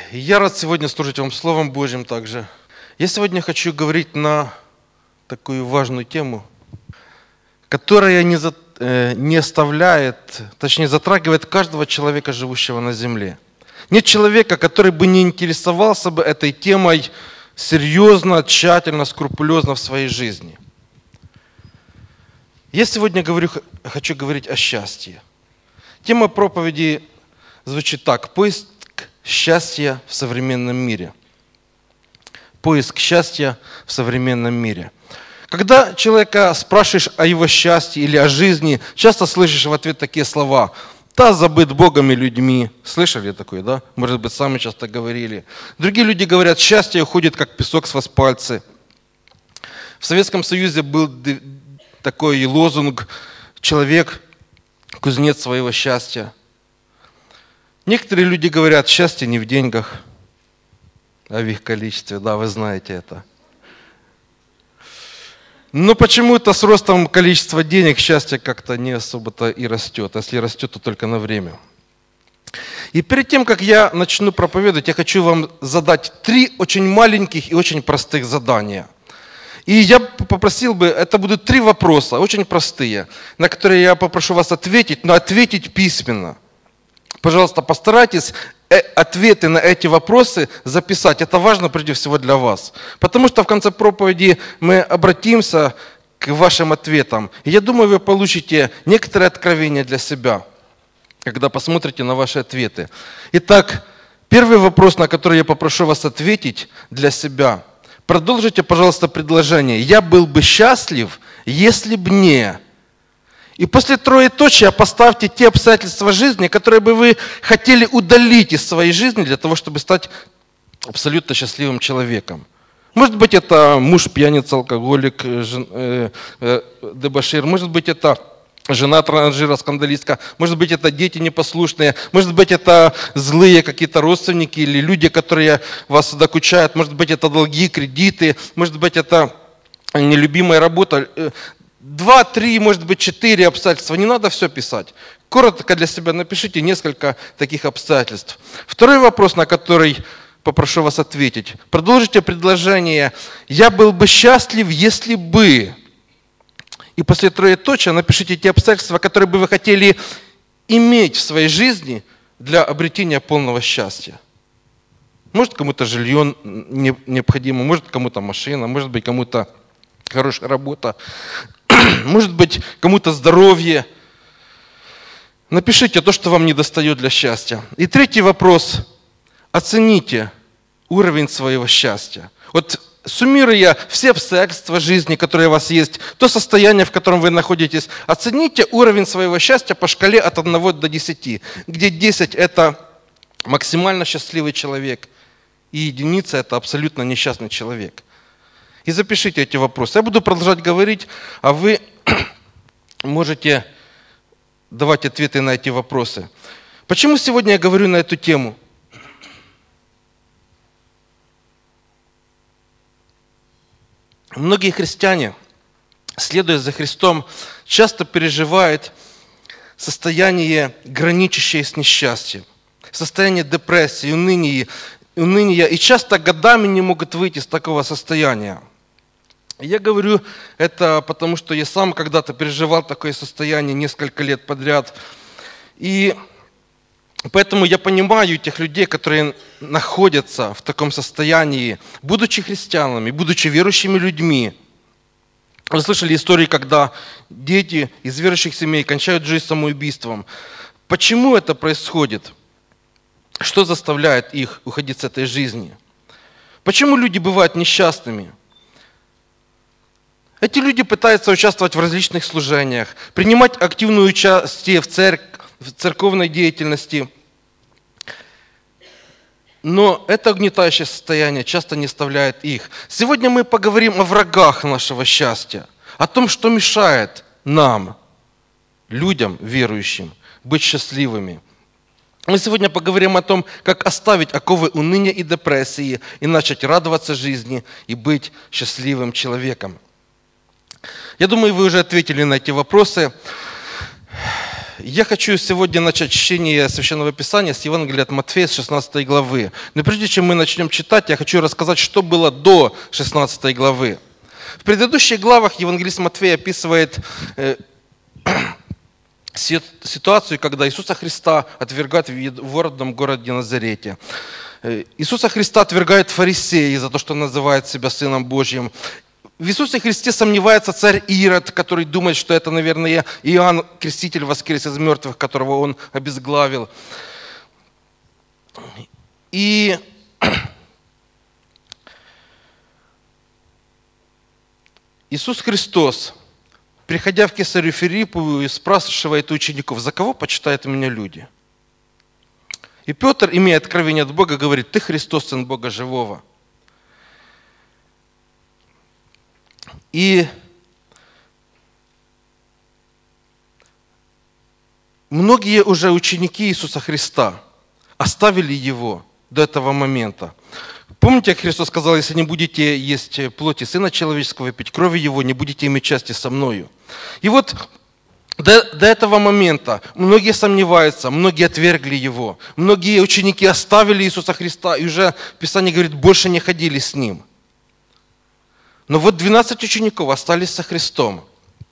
Я рад сегодня служить вам Словом Божьим также. Я сегодня хочу говорить на такую важную тему, которая не оставляет, точнее затрагивает каждого человека, живущего на земле. Нет человека, который бы не интересовался бы этой темой серьезно, тщательно, скрупулезно в своей жизни. Я сегодня хочу говорить о счастье. Тема проповеди звучит так: поиск счастья в современном мире. Поиск счастья в современном мире. Когда человека спрашиваешь о его счастье или о жизни, часто слышишь в ответ такие слова: «Та забыт Богом и людьми». Слышали такое, да? Может быть, сами часто говорили. Другие люди говорят: счастье уходит, как песок сквозь пальцы. В Советском Союзе был такой лозунг: «Человек – кузнец своего счастья». Некоторые люди говорят: счастье не в деньгах, а в их количестве. Да, вы знаете это. Но почему-то с ростом количества денег счастье как-то не особо-то и растет. А если растет, то только на время. И перед тем, как я начну проповедовать, я хочу вам задать 3 очень маленьких и очень простых задания. И я попросил бы, это будут 3 вопроса, очень простые, на которые я попрошу вас ответить, но ответить письменно. Пожалуйста, постарайтесь ответы на эти вопросы записать. Это важно прежде всего для вас. Потому что в конце проповеди мы обратимся к вашим ответам. И я думаю, вы получите некоторые откровения для себя, когда посмотрите на ваши ответы. Итак, первый вопрос, на который я попрошу вас ответить для себя. Продолжите, пожалуйста, предложение: «Я был бы счастлив, если бы не…» И после троеточия поставьте те обстоятельства жизни, которые бы вы хотели удалить из своей жизни для того, чтобы стать абсолютно счастливым человеком. Может быть, это муж пьяница, алкоголик, дебошир. Может быть, это жена транжира, скандалистка. Может быть, это дети непослушные. Может быть, это злые какие-то родственники или люди, которые вас докучают. Может быть, это долги, кредиты. Может быть, это нелюбимая работа. 2, 3, может быть, 4 обстоятельства. Не надо все писать. Коротко для себя напишите несколько таких обстоятельств. Второй вопрос, на который попрошу вас ответить. Продолжите предложение: «Я был бы счастлив, если бы…» И после троеточия напишите те обстоятельства, которые бы вы хотели иметь в своей жизни для обретения полного счастья. Может, кому-то жилье необходимо, может, кому-то машина, может быть, кому-то хорошая работа. Может быть, кому-то здоровье. Напишите то, что вам недостает для счастья. И третий вопрос. Оцените уровень своего счастья. Вот суммируя все обстоятельства жизни, которые у вас есть, то состояние, в котором вы находитесь, оцените уровень своего счастья по шкале от 1 до 10, где 10 – это максимально счастливый человек, и единица – это абсолютно несчастный человек. И запишите эти вопросы. Я буду продолжать говорить, а вы можете давать ответы на эти вопросы. Почему сегодня я говорю на эту тему? Многие христиане, следуя за Христом, часто переживают состояние, граничащее с несчастьем, состояние депрессии, уныния, и часто годами не могут выйти из такого состояния. Я говорю это потому, что я сам когда-то переживал такое состояние несколько лет подряд. И поэтому я понимаю тех людей, которые находятся в таком состоянии, будучи христианами, будучи верующими людьми. Вы слышали истории, когда дети из верующих семей кончают жизнь самоубийством. Почему это происходит? Что заставляет их уходить с этой жизни? Почему люди бывают несчастными? Эти люди пытаются участвовать в различных служениях, принимать активное участие в церковной деятельности. Но это угнетающее состояние часто не оставляет их. Сегодня мы поговорим о врагах нашего счастья, о том, что мешает нам, людям верующим, быть счастливыми. Мы сегодня поговорим о том, как оставить оковы уныния и депрессии и начать радоваться жизни и быть счастливым человеком. Я думаю, вы уже ответили на эти вопросы. Я хочу сегодня начать чтение Священного Писания с Евангелия от Матфея, с 16 главы. Но прежде чем мы начнем читать, я хочу рассказать, что было до 16 главы. В предыдущих главах евангелист Матфей описывает ситуацию, когда Иисуса Христа отвергают в родном городе Назарете. Иисуса Христа отвергают фарисеи за то, что он называет себя Сыном Божьим. В Иисусе Христе сомневается царь Ирод, который думает, что это, наверное, Иоанн Креститель воскрес из мертвых, которого он обезглавил. И Иисус Христос, приходя в Кесарию Филиппову, спрашивает у учеников: за кого почитают меня люди? И Петр, имея откровение от Бога, говорит: ты Христос, Сын Бога Живого. И многие уже ученики Иисуса Христа оставили Его до этого момента. Помните, как Христос сказал: если не будете есть плоти Сына Человеческого, пить крови Его, не будете иметь части со Мною. И вот до этого момента многие сомневаются, многие отвергли Его, многие ученики оставили Иисуса Христа и уже, Писание говорит, больше не ходили с Ним. Но вот 12 учеников остались со Христом.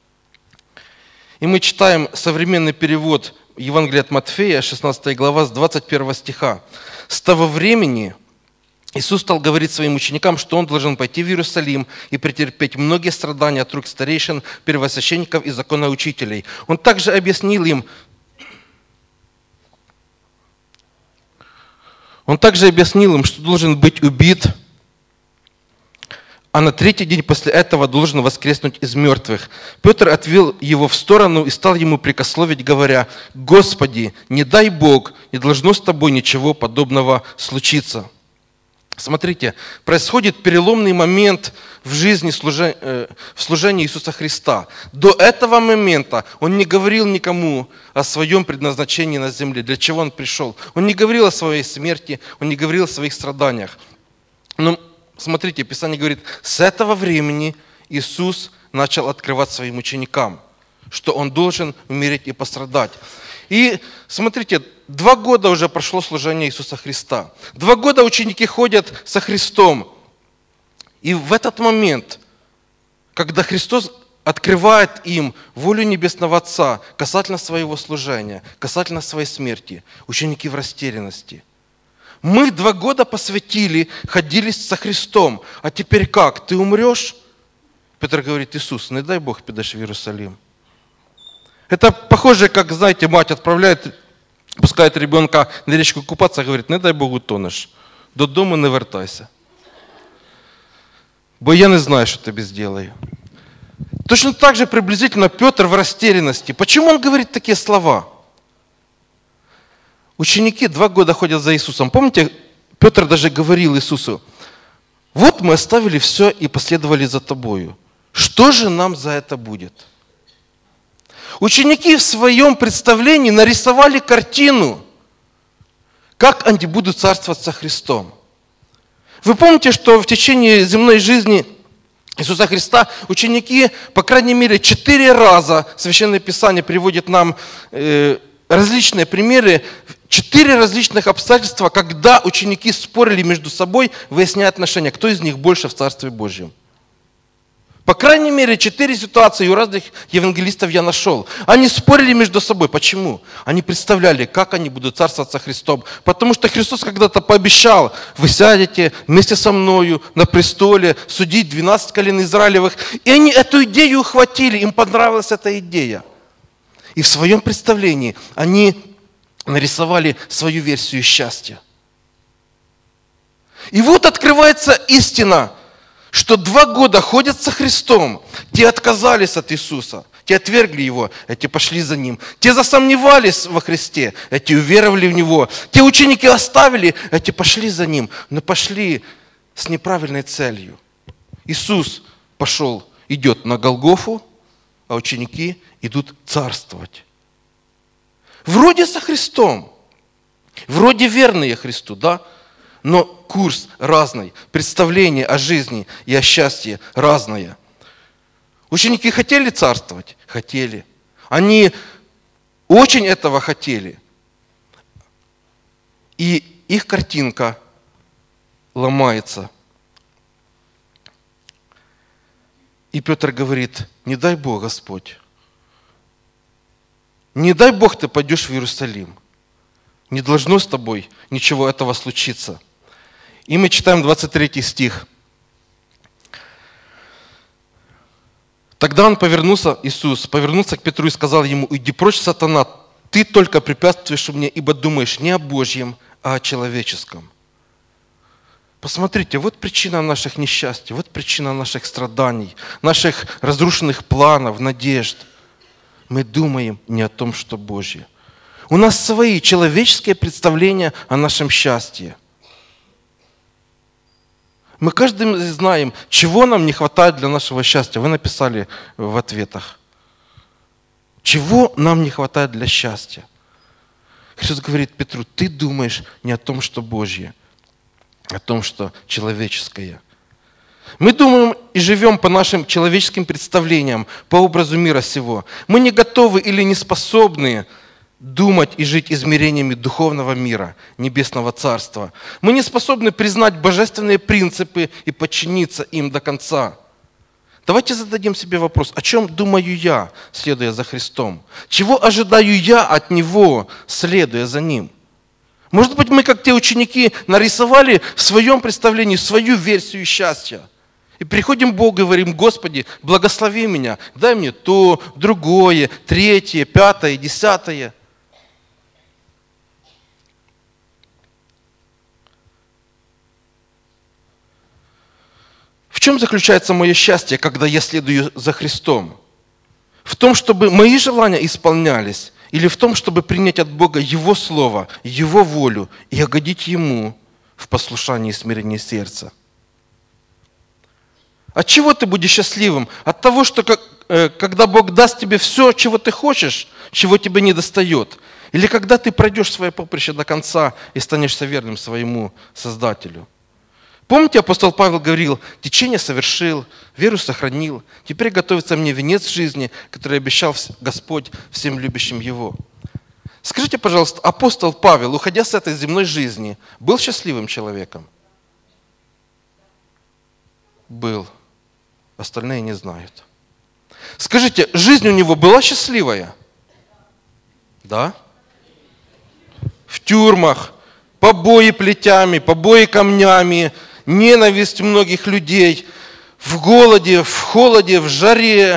И мы читаем современный перевод Евангелия от Матфея, 16 глава, с 21 стиха. «С того времени Иисус стал говорить своим ученикам, что Он должен пойти в Иерусалим и претерпеть многие страдания от рук старейшин, первосвященников и законоучителей. Он также объяснил им, что должен быть убит, а на третий день после этого должен воскреснуть из мертвых. Петр отвел его в сторону и стал ему прикословить, говоря: «Господи, не дай Бог, не должно с тобой ничего подобного случиться». Смотрите, происходит переломный момент в жизни, в служении Иисуса Христа. До этого момента Он не говорил никому о своем предназначении на земле, для чего Он пришел. Он не говорил о своей смерти, Он не говорил о своих страданиях. Но смотрите, Писание говорит, с этого времени Иисус начал открывать своим ученикам, что Он должен умереть и пострадать. И смотрите, 2 года уже прошло служение Иисуса Христа. 2 года ученики ходят со Христом. И в этот момент, когда Христос открывает им волю Небесного Отца касательно своего служения, касательно своей смерти, ученики в растерянности. Мы 2 года посвятили, ходили со Христом. А теперь как? Ты умрешь? Петр говорит: Иисус, не дай Бог, пойдешь в Иерусалим. Это похоже, как, знаете, мать отправляет, пускает ребенка на речку купаться, говорит: не дай Бог, утонеш. Додому не вертайся. Бо я не знаю, что тебе сделаю. Точно так же приблизительно Петр в растерянности. Почему он говорит такие слова? Ученики 2 года ходят за Иисусом. Помните, Петр даже говорил Иисусу: вот мы оставили все и последовали за тобою. Что же нам за это будет? Ученики в своем представлении нарисовали картину, как они будут царствовать со Христом. Вы помните, что в течение земной жизни Иисуса Христа ученики, по крайней мере, 4 раза, Священное Писание приводит нам различные примеры, 4 различных обстоятельства, когда ученики спорили между собой, выясняя отношения, кто из них больше в Царстве Божьем. По крайней мере, 4 ситуации у разных евангелистов я нашел. Они спорили между собой. Почему? Они представляли, как они будут царствовать со Христом. Потому что Христос когда-то пообещал: вы сядете вместе со мною на престоле судить 12 колен Израилевых. И они эту идею ухватили, им понравилась эта идея. И в своем представлении они нарисовали свою версию счастья. И вот открывается истина, что 2 года ходят со Христом. Те отказались от Иисуса, те отвергли Его, эти пошли за Ним. Те засомневались во Христе, эти уверовали в Него. Те ученики оставили, эти пошли за Ним, но пошли с неправильной целью. Иисус идет на Голгофу, а ученики идут царствовать. Вроде со Христом, вроде верные Христу, да? Но курс разный, представление о жизни и о счастье разное. Ученики хотели царствовать? Хотели. Они очень этого хотели. И их картинка ломается. И Петр говорит: не дай Бог, Господь. Не дай Бог ты пойдешь в Иерусалим. Не должно с тобой ничего этого случиться. И мы читаем 23 стих. Тогда Иисус повернулся к Петру и сказал ему: иди прочь, сатана, ты только препятствуешь мне, ибо думаешь не о Божьем, а о человеческом. Посмотрите, вот причина наших несчастий, вот причина наших страданий, наших разрушенных планов, надежд. Мы думаем не о том, что Божье. У нас свои человеческие представления о нашем счастье. Мы каждый знаем, чего нам не хватает для нашего счастья. Вы написали в ответах. Чего нам не хватает для счастья? Христос говорит Петру: ты думаешь не о том, что Божье, а о том, что человеческое. Мы думаем и живем по нашим человеческим представлениям, по образу мира сего. Мы не готовы или не способны думать и жить измерениями духовного мира, небесного царства. Мы не способны признать божественные принципы и подчиниться им до конца. Давайте зададим себе вопрос: о чем думаю я, следуя за Христом? Чего ожидаю я от Него, следуя за Ним? Может быть, мы, как те ученики, нарисовали в своем представлении свою версию счастья. И приходим к Богу и говорим: Господи, благослови меня, дай мне то, другое, третье, пятое, десятое. В чем заключается мое счастье, когда я следую за Христом? В том, чтобы мои желания исполнялись, или в том, чтобы принять от Бога Его Слово, Его волю и угодить Ему в послушании и смирении сердца? От чего ты будешь счастливым? От того, что когда Бог даст тебе все, чего ты хочешь, чего тебе не достает? Или когда ты пройдешь свое поприще до конца и станешься верным своему Создателю? Помните, апостол Павел говорил: течение совершил, веру сохранил, теперь готовится мне венец жизни, который обещал Господь всем любящим Его. Скажите, пожалуйста, апостол Павел, уходя с этой земной жизни, был счастливым человеком? Был. Остальные не знают. Скажите, жизнь у него была счастливая? Да? В тюрьмах, побои плетями, побои камнями, ненависть многих людей, в голоде, в холоде, в жаре,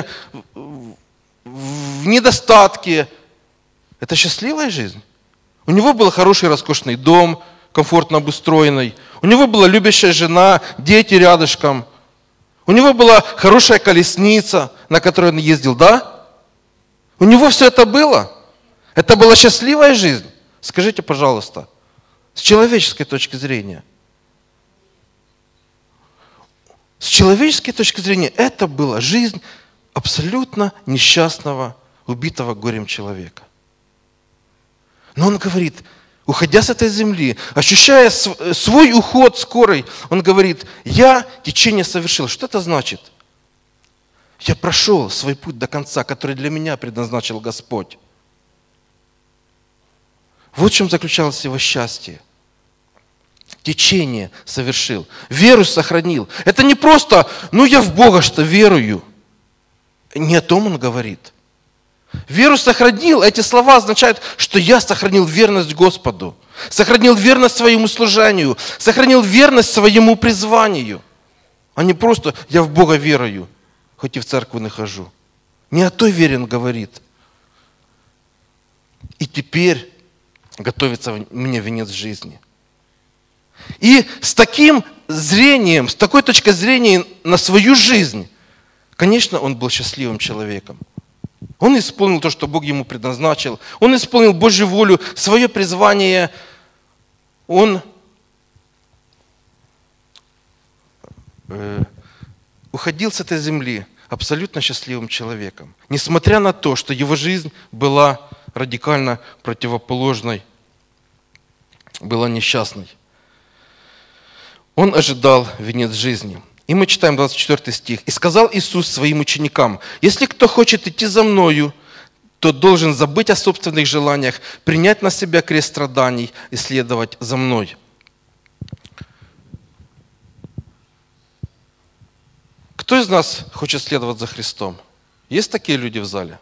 в недостатке. Это счастливая жизнь? У него был хороший, роскошный дом, комфортно обустроенный. У него была любящая жена, дети рядышком. У него была хорошая колесница, на которой он ездил, да? У него все это было? Это была счастливая жизнь? Скажите, пожалуйста, с человеческой точки зрения. С человеческой точки зрения это была жизнь абсолютно несчастного, убитого горем человека. Но он говорит, уходя с этой земли, ощущая свой уход скорый, он говорит: я течение совершил. Что это значит? Я прошел свой путь до конца, который для меня предназначил Господь. Вот в чем заключалось его счастье. Течение совершил, веру сохранил. Это не просто: я в Бога что верую. Не о том он говорит. Веру сохранил, эти слова означают, что я сохранил верность Господу, сохранил верность своему служению, сохранил верность своему призванию, а не просто я в Бога верую, хоть и в церковь не хожу. Не о той вере он говорит. И теперь готовится мне венец жизни. И с таким зрением, с такой точкой зрения на свою жизнь, конечно, он был счастливым человеком. Он исполнил то, что Бог ему предназначил. Он исполнил Божью волю, свое призвание. Он уходил с этой земли абсолютно счастливым человеком. Несмотря на то, что его жизнь была радикально противоположной, была несчастной. Он ожидал венец жизни. И мы читаем 24 стих. «И сказал Иисус своим ученикам: если кто хочет идти за Мною, тот должен забыть о собственных желаниях, принять на себя крест страданий и следовать за мной. Кто из нас хочет следовать за Христом? Есть такие люди в зале?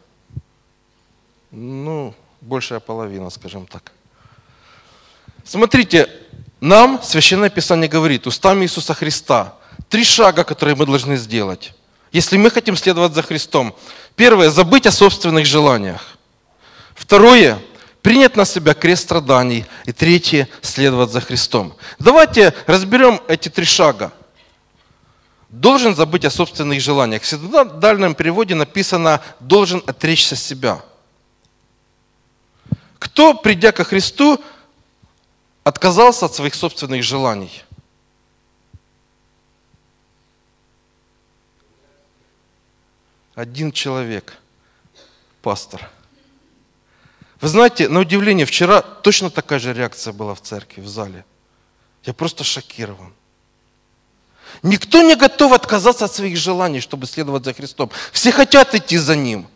Большая половина, скажем так. Смотрите, нам Священное Писание говорит, устами Иисуса Христа, 3 шага, которые мы должны сделать, если мы хотим следовать за Христом. Первое – забыть о собственных желаниях. Второе – принять на себя крест страданий. И третье – следовать за Христом. Давайте разберем эти 3 шага. Должен забыть о собственных желаниях. В синодальном переводе написано «должен отречься себя». Кто, придя ко Христу, отказался от своих собственных желаний? Один человек, пастор. Вы знаете, на удивление, вчера точно такая же реакция была в церкви, в зале. Я просто шокирован. Никто не готов отказаться от своих желаний, чтобы следовать за Христом. Все хотят идти за Ним.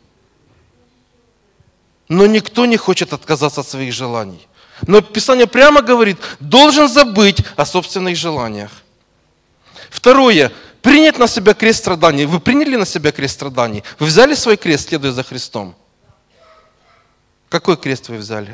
Но никто не хочет отказаться от своих желаний. Но Писание прямо говорит, должен забыть о собственных желаниях. Второе. Принять на себя крест страданий. Вы приняли на себя крест страданий? Вы взяли свой крест, следуя за Христом? Какой крест вы взяли?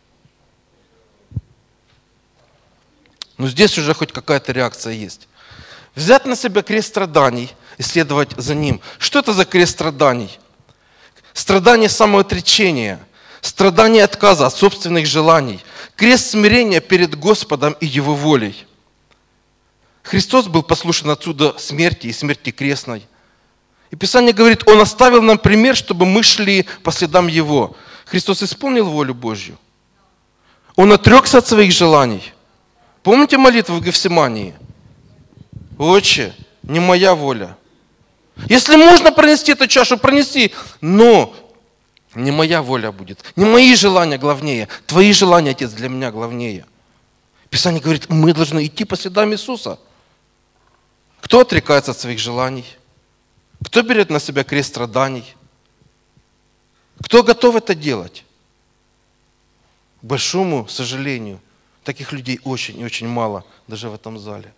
Здесь уже хоть какая-то реакция есть. Взять на себя крест страданий и следовать за ним. Что это за крест страданий? Страдание самоотречения, страдание отказа от собственных желаний, крест смирения перед Господом и Его волей. Христос был послушен отсюда смерти и смерти крестной. И Писание говорит, Он оставил нам пример, чтобы мы шли по следам Его. Христос исполнил волю Божью. Он отрекся от своих желаний. Помните молитву в Гефсимании? Отче, не моя воля. Если можно пронести эту чашу, пронеси, но не моя воля будет. Не мои желания главнее. Твои желания, Отец, для меня главнее. Писание говорит, мы должны идти по следам Иисуса. Кто отрекается от своих желаний? Кто берет на себя крест страданий? Кто готов это делать? К большому сожалению, таких людей очень и очень мало, даже в этом зале.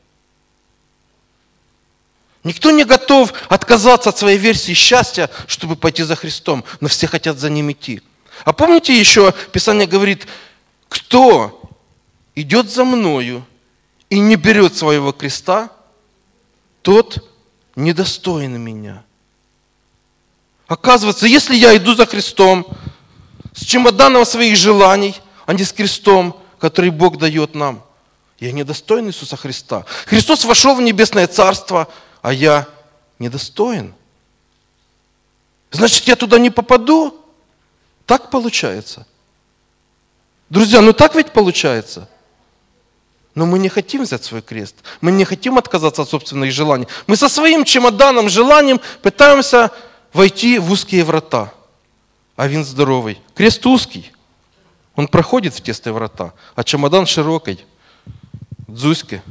Никто не готов отказаться от своей версии счастья, чтобы пойти за Христом, но все хотят за Ним идти. А помните еще, Писание говорит, кто идет за мною и не берет своего креста, тот недостоин меня. Оказывается, если я иду за Христом, с чемоданом своих желаний, а не с крестом, который Бог дает нам, я недостоин Иисуса Христа. Христос вошел в небесное царство, а я недостоин. Значит, я туда не попаду? Так получается. Друзья, так ведь получается. Но мы не хотим взять свой крест. Мы не хотим отказаться от собственных желаний. Мы со своим чемоданом, желанием пытаемся войти в узкие врата. А винт здоровый. Крест узкий. Он проходит в тесные врата. А чемодан широкий. Дзуськи.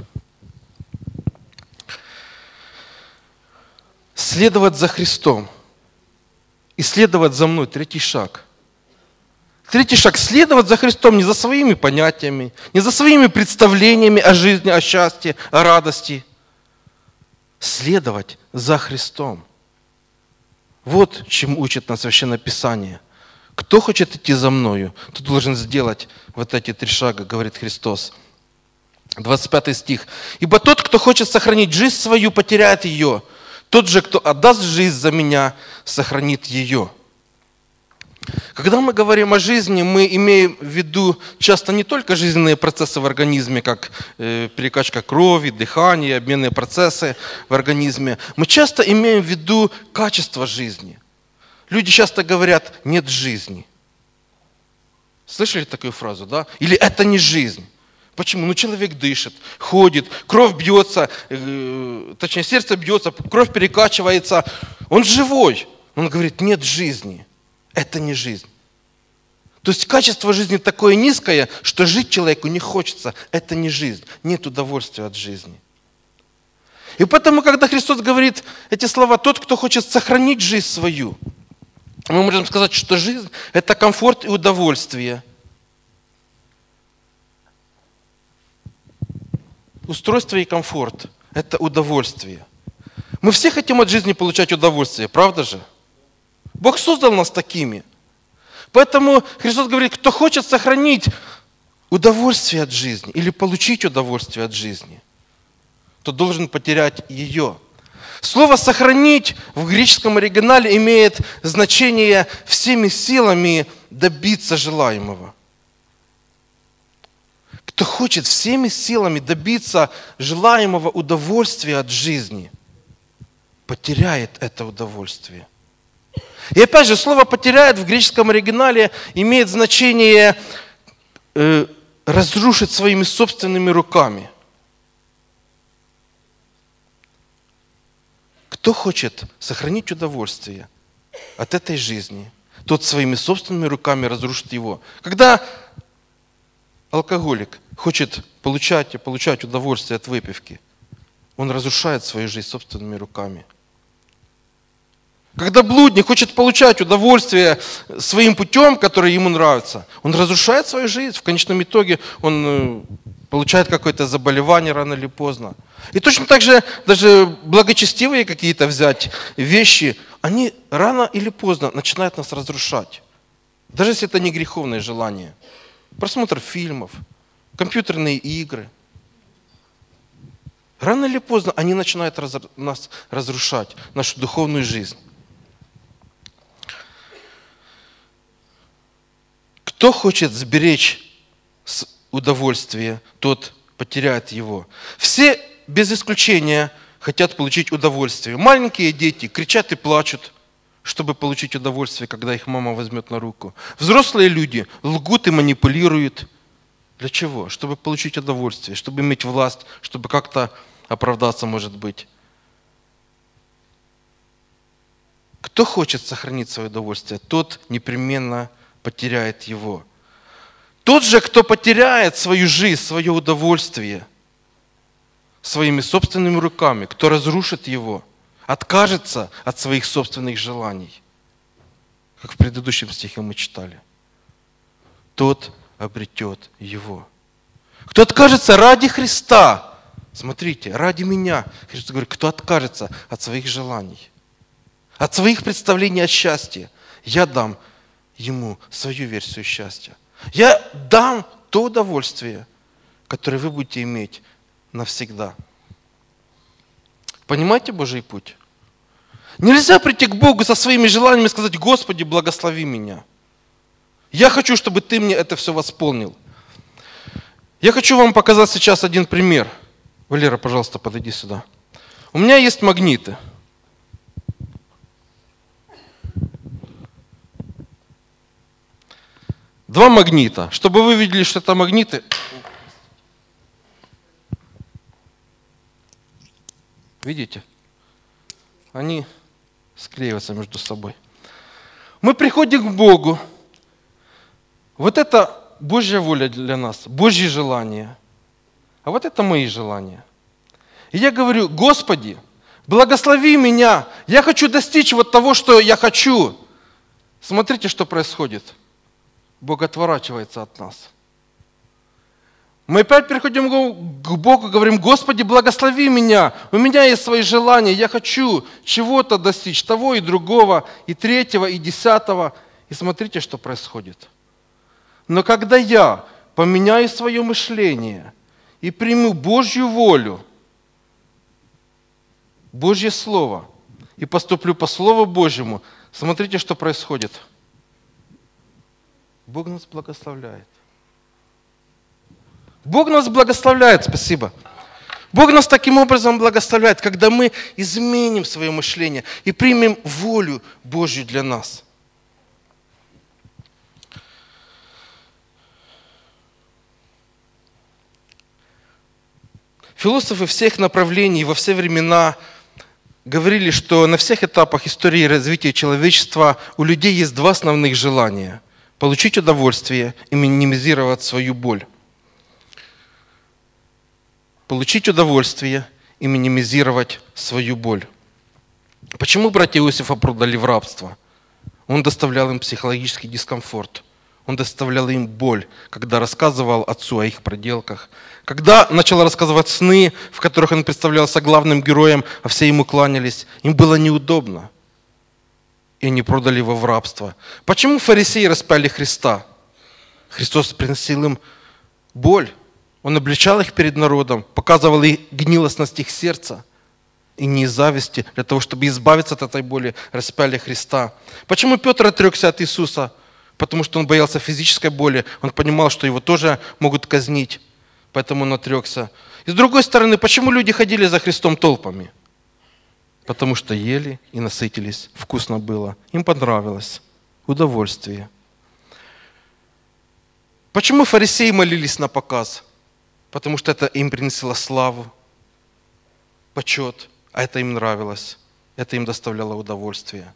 Следовать за Христом и следовать за мной. 3-й шаг. 3-й шаг. Следовать за Христом не за своими понятиями, не за своими представлениями о жизни, о счастье, о радости. Следовать за Христом. Вот чему учит нас Священное Писание. Кто хочет идти за мною, тот должен сделать вот эти 3 шага, говорит Христос. 25 стих. «Ибо тот, кто хочет сохранить жизнь свою, потеряет ее. Тот же, кто отдаст жизнь за меня, сохранит ее». Когда мы говорим о жизни, мы имеем в виду часто не только жизненные процессы в организме, как перекачка крови, дыхание, обменные процессы в организме. Мы часто имеем в виду качество жизни. Люди часто говорят «нет жизни». Слышали такую фразу, да? Или «это не жизнь». Почему? Человек дышит, ходит, кровь бьется, точнее сердце бьется, кровь перекачивается. Он живой. Он говорит, нет жизни. Это не жизнь. То есть качество жизни такое низкое, что жить человеку не хочется. Это не жизнь. Нет удовольствия от жизни. И поэтому, когда Христос говорит эти слова, тот, кто хочет сохранить жизнь свою, Мы можем сказать, что жизнь – это комфорт и удовольствие. Устройство и комфорт – это удовольствие. Мы все хотим от жизни получать удовольствие, правда же? Бог создал нас такими. Поэтому Христос говорит, кто хочет сохранить удовольствие от жизни или получить удовольствие от жизни, то должен потерять ее. Слово «сохранить» в греческом оригинале имеет значение всеми силами добиться желаемого. Кто хочет всеми силами добиться желаемого удовольствия от жизни, потеряет это удовольствие. И опять же, слово «потеряет» в греческом оригинале имеет значение разрушить своими собственными руками. Кто хочет сохранить удовольствие от этой жизни, тот своими собственными руками разрушит его. Когда алкоголик хочет получать удовольствие от выпивки, он разрушает свою жизнь собственными руками. Когда блудник хочет получать удовольствие своим путем, который ему нравится, он разрушает свою жизнь. В конечном итоге он получает какое-то заболевание рано или поздно. И точно так же даже благочестивые какие-то взять вещи, они рано или поздно начинают нас разрушать. Даже если это не греховное желание. Просмотр фильмов, компьютерные игры. Рано или поздно они начинают нас разрушать, нашу духовную жизнь. Кто хочет сберечь удовольствие, тот потеряет его. Все без исключения хотят получить удовольствие. Маленькие дети кричат и плачут, чтобы получить удовольствие, когда их мама возьмет на руку. Взрослые люди лгут и манипулируют. Для чего? Чтобы получить удовольствие, чтобы иметь власть, чтобы как-то оправдаться, может быть. Кто хочет сохранить свое удовольствие, тот непременно потеряет его. Тот же, кто потеряет свою жизнь, свое удовольствие своими собственными руками, кто разрушит его, откажется от своих собственных желаний, как в предыдущем стихе мы читали, тот обретет его. Кто откажется ради Христа, смотрите, ради меня, Христос говорит, кто откажется от своих желаний, от своих представлений о счастье, я дам ему свою версию счастья. Я дам то удовольствие, которое вы будете иметь навсегда. Понимаете Божий путь? Нельзя прийти к Богу со своими желаниями и сказать: Господи, благослови меня. Я хочу, чтобы Ты мне это все восполнил. Я хочу вам показать сейчас один пример. Валера, пожалуйста, подойди сюда. У меня есть магниты. Два магнита. Чтобы вы видели, что это магниты. Видите? Они склеиваются между собой. Мы приходим к Богу. Вот это Божья воля для нас, Божьи желания. А вот это мои желания. И я говорю: Господи, благослови меня. Я хочу достичь вот того, что я хочу. Смотрите, что происходит. Бог отворачивается от нас. Мы опять приходим к Богу и говорим: Господи, благослови меня. У меня есть свои желания. Я хочу чего-то достичь, того и другого, и третьего, и десятого. И смотрите, что происходит. Но когда я поменяю свое мышление и приму Божью волю, Божье Слово, и поступлю по Слову Божьему, смотрите, что происходит. Бог нас благословляет. Бог нас благословляет, спасибо. Бог нас таким образом благословляет, когда мы изменим свое мышление и примем волю Божью для нас. Философы всех направлений во все времена говорили, что на всех этапах истории развития человечества у людей есть два основных желания: получить удовольствие и минимизировать свою боль. Получить удовольствие и минимизировать свою боль. Почему братья Иосифа продали в рабство? Он доставлял им психологический дискомфорт. Он доставлял им боль, когда рассказывал отцу о их проделках. Когда начал рассказывать сны, в которых он представлялся главным героем, а все ему кланялись, им было неудобно. И они продали его в рабство. Почему фарисеи распяли Христа? Христос приносил им боль. Он обличал их перед народом, показывал их гнилостность их сердца. И не из зависти, для того, чтобы избавиться от этой боли, распяли Христа. Почему Петр отрекся от Иисуса? Потому что он боялся физической боли. Он понимал, что его тоже могут казнить. Поэтому он отрекся. И с другой стороны, почему люди ходили за Христом толпами? Потому что ели и насытились. Вкусно было. Им понравилось. Удовольствие. Почему фарисеи молились на показ? Потому что это им принесло славу, почет. А это им нравилось. Это им доставляло удовольствие.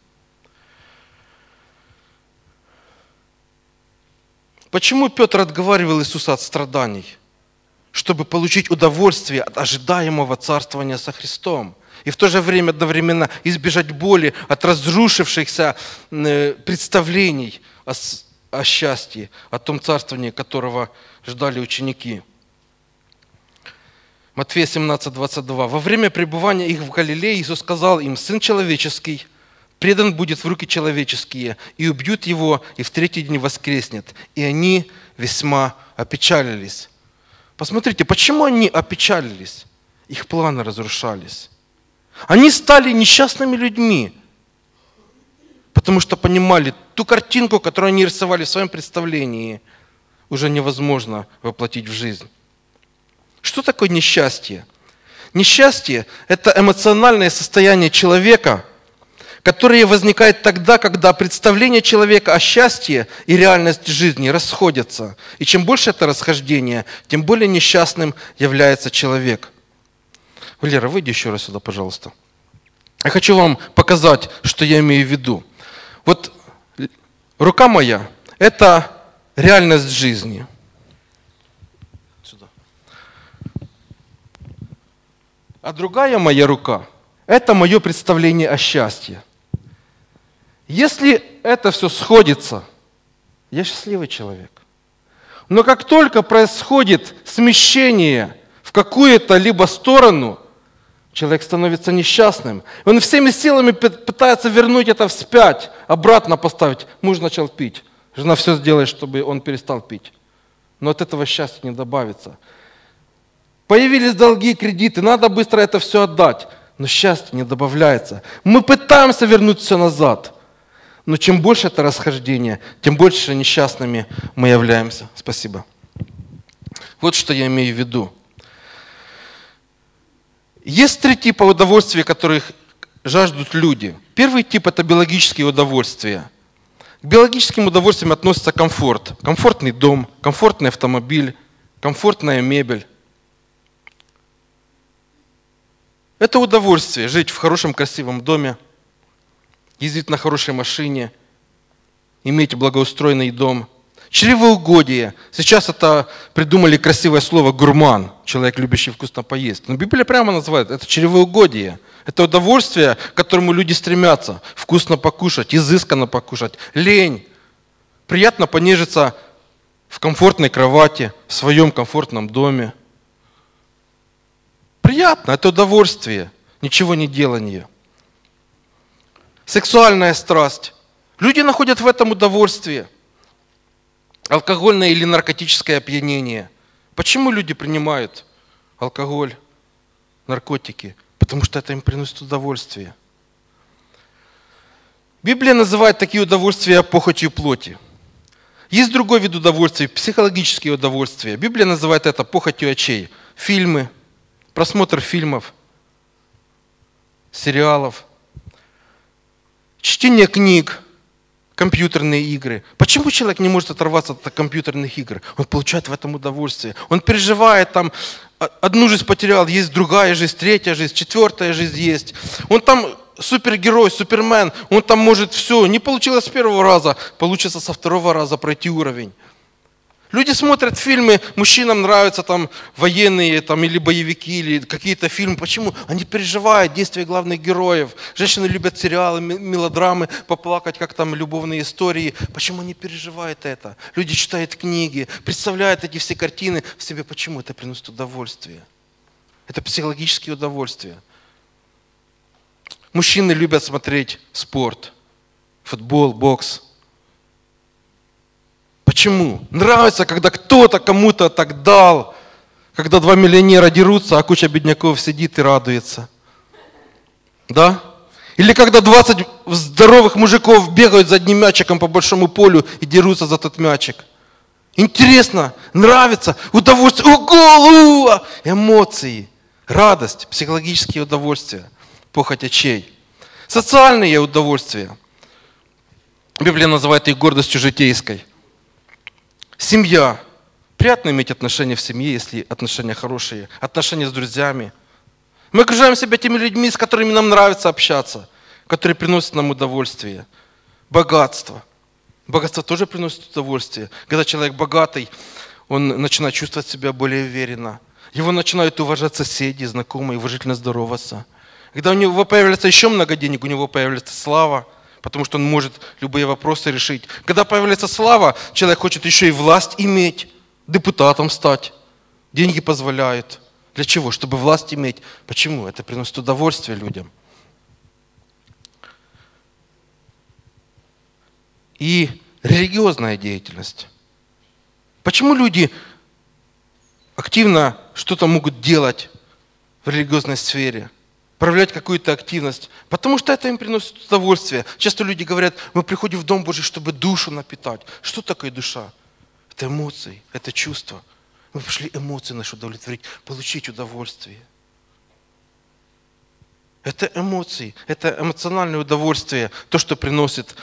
Почему Петр отговаривал Иисуса от страданий? Чтобы получить удовольствие от ожидаемого царствования со Христом. И в то же время одновременно избежать боли от разрушившихся представлений о счастье, о том царствовании, которого ждали ученики. Матфея 17:22. Во время пребывания их в Галилее Иисус сказал им: «Сын человеческий предан будет в руки человеческие, и убьют его, и в третий день воскреснет». И они весьма опечалились. Посмотрите, почему они опечалились? Их планы разрушались. Они стали несчастными людьми, потому что понимали, ту картинку, которую они рисовали в своем представлении, уже невозможно воплотить в жизнь. Что такое несчастье? Несчастье – это эмоциональное состояние человека, которое возникает тогда, когда представление человека о счастье и реальность жизни расходятся. И чем больше это расхождение, тем более несчастным является человек. Валера, выйди еще раз сюда, пожалуйста. Я хочу вам показать, что я имею в виду. Вот рука моя – это реальность жизни. Сюда. А другая моя рука – это мое представление о счастье. Если это все сходится, я счастливый человек. Но как только происходит смещение в какую-то либо сторону, человек становится несчастным. Он всеми силами пытается вернуть это вспять, обратно поставить. Муж начал пить. Жена все сделает, чтобы он перестал пить. Но от этого счастья не добавится. Появились долги, кредиты, надо быстро это все отдать. Но счастье не добавляется. Мы пытаемся вернуть все назад. Но чем больше это расхождение, тем больше несчастными мы являемся. Спасибо. Вот что я имею в виду. Есть три типа удовольствия, которых жаждут люди. Первый тип – это биологические удовольствия. К биологическим удовольствиям относится комфорт. Комфортный дом, комфортный автомобиль, комфортная мебель. Это удовольствие – жить в хорошем красивом доме, ездить на хорошей машине, иметь благоустроенный дом. Чревоугодие. Сейчас это придумали красивое слово гурман, человек, любящий вкусно поесть. Но Библия прямо называет это чревоугодие. Это удовольствие, к которому люди стремятся. Вкусно покушать, изысканно покушать. Лень. Приятно понежиться в комфортной кровати, в своем комфортном доме. Приятно, это удовольствие, ничего не делание. Сексуальная страсть. Люди находят в этом удовольствие. Алкогольное или наркотическое опьянение. Почему люди принимают алкоголь, наркотики? Потому что это им приносит удовольствие. Библия называет такие удовольствия похотью плоти. Есть другой вид удовольствий, психологические удовольствия. Библия называет это похотью очей. Фильмы, просмотр фильмов, сериалов, чтение книг, компьютерные игры. Почему человек не может оторваться от компьютерных игр? Он получает в этом удовольствие. Он переживает там, одну жизнь потерял, есть другая жизнь, третья жизнь, четвертая жизнь есть. Он там супергерой, супермен, он там может все. Не получилось с первого раза, получится со второго раза пройти уровень. Люди смотрят фильмы, мужчинам нравятся там военные там, или боевики, или какие-то фильмы. Почему? Они переживают действия главных героев. Женщины любят сериалы, мелодрамы, поплакать, как там любовные истории. Почему они переживают это? Люди читают книги, представляют эти все картины в себе. Почему? Это приносит удовольствие. Это психологические удовольствия. Мужчины любят смотреть спорт, футбол, бокс. Почему? Нравится, когда кто-то кому-то так дал, когда 2 миллионера дерутся, а куча бедняков сидит и радуется. Да? Или когда 20 здоровых мужиков бегают за одним мячиком по большому полю и дерутся за тот мячик. Интересно, нравится, удовольствие, ого, эмоции, радость, психологические удовольствия, похоть очей. Социальные удовольствия. Библия называет их гордостью житейской. Семья. Приятно иметь отношения в семье, если отношения хорошие. Отношения с друзьями. Мы окружаем себя теми людьми, с которыми нам нравится общаться, которые приносят нам удовольствие. Богатство. Богатство тоже приносит удовольствие. Когда человек богатый, он начинает чувствовать себя более уверенно. Его начинают уважать соседи, знакомые, уважительно здороваться. Когда у него появляется еще много денег, у него появляется слава, потому что он может любые вопросы решить. Когда появляется слава, человек хочет еще и власть иметь, депутатом стать. Деньги позволяют. Для чего? Чтобы власть иметь. Почему? Это приносит удовольствие людям. И религиозная деятельность. Почему люди активно что-то могут делать в религиозной сфере? Проявлять какую-то активность, потому что это им приносит удовольствие. Часто люди говорят, мы приходим в Дом Божий, чтобы душу напитать. Что такое душа? Это эмоции, это чувства. Мы пришли эмоции наши удовлетворить, получить удовольствие. Это эмоции, это эмоциональное удовольствие, то, что приносит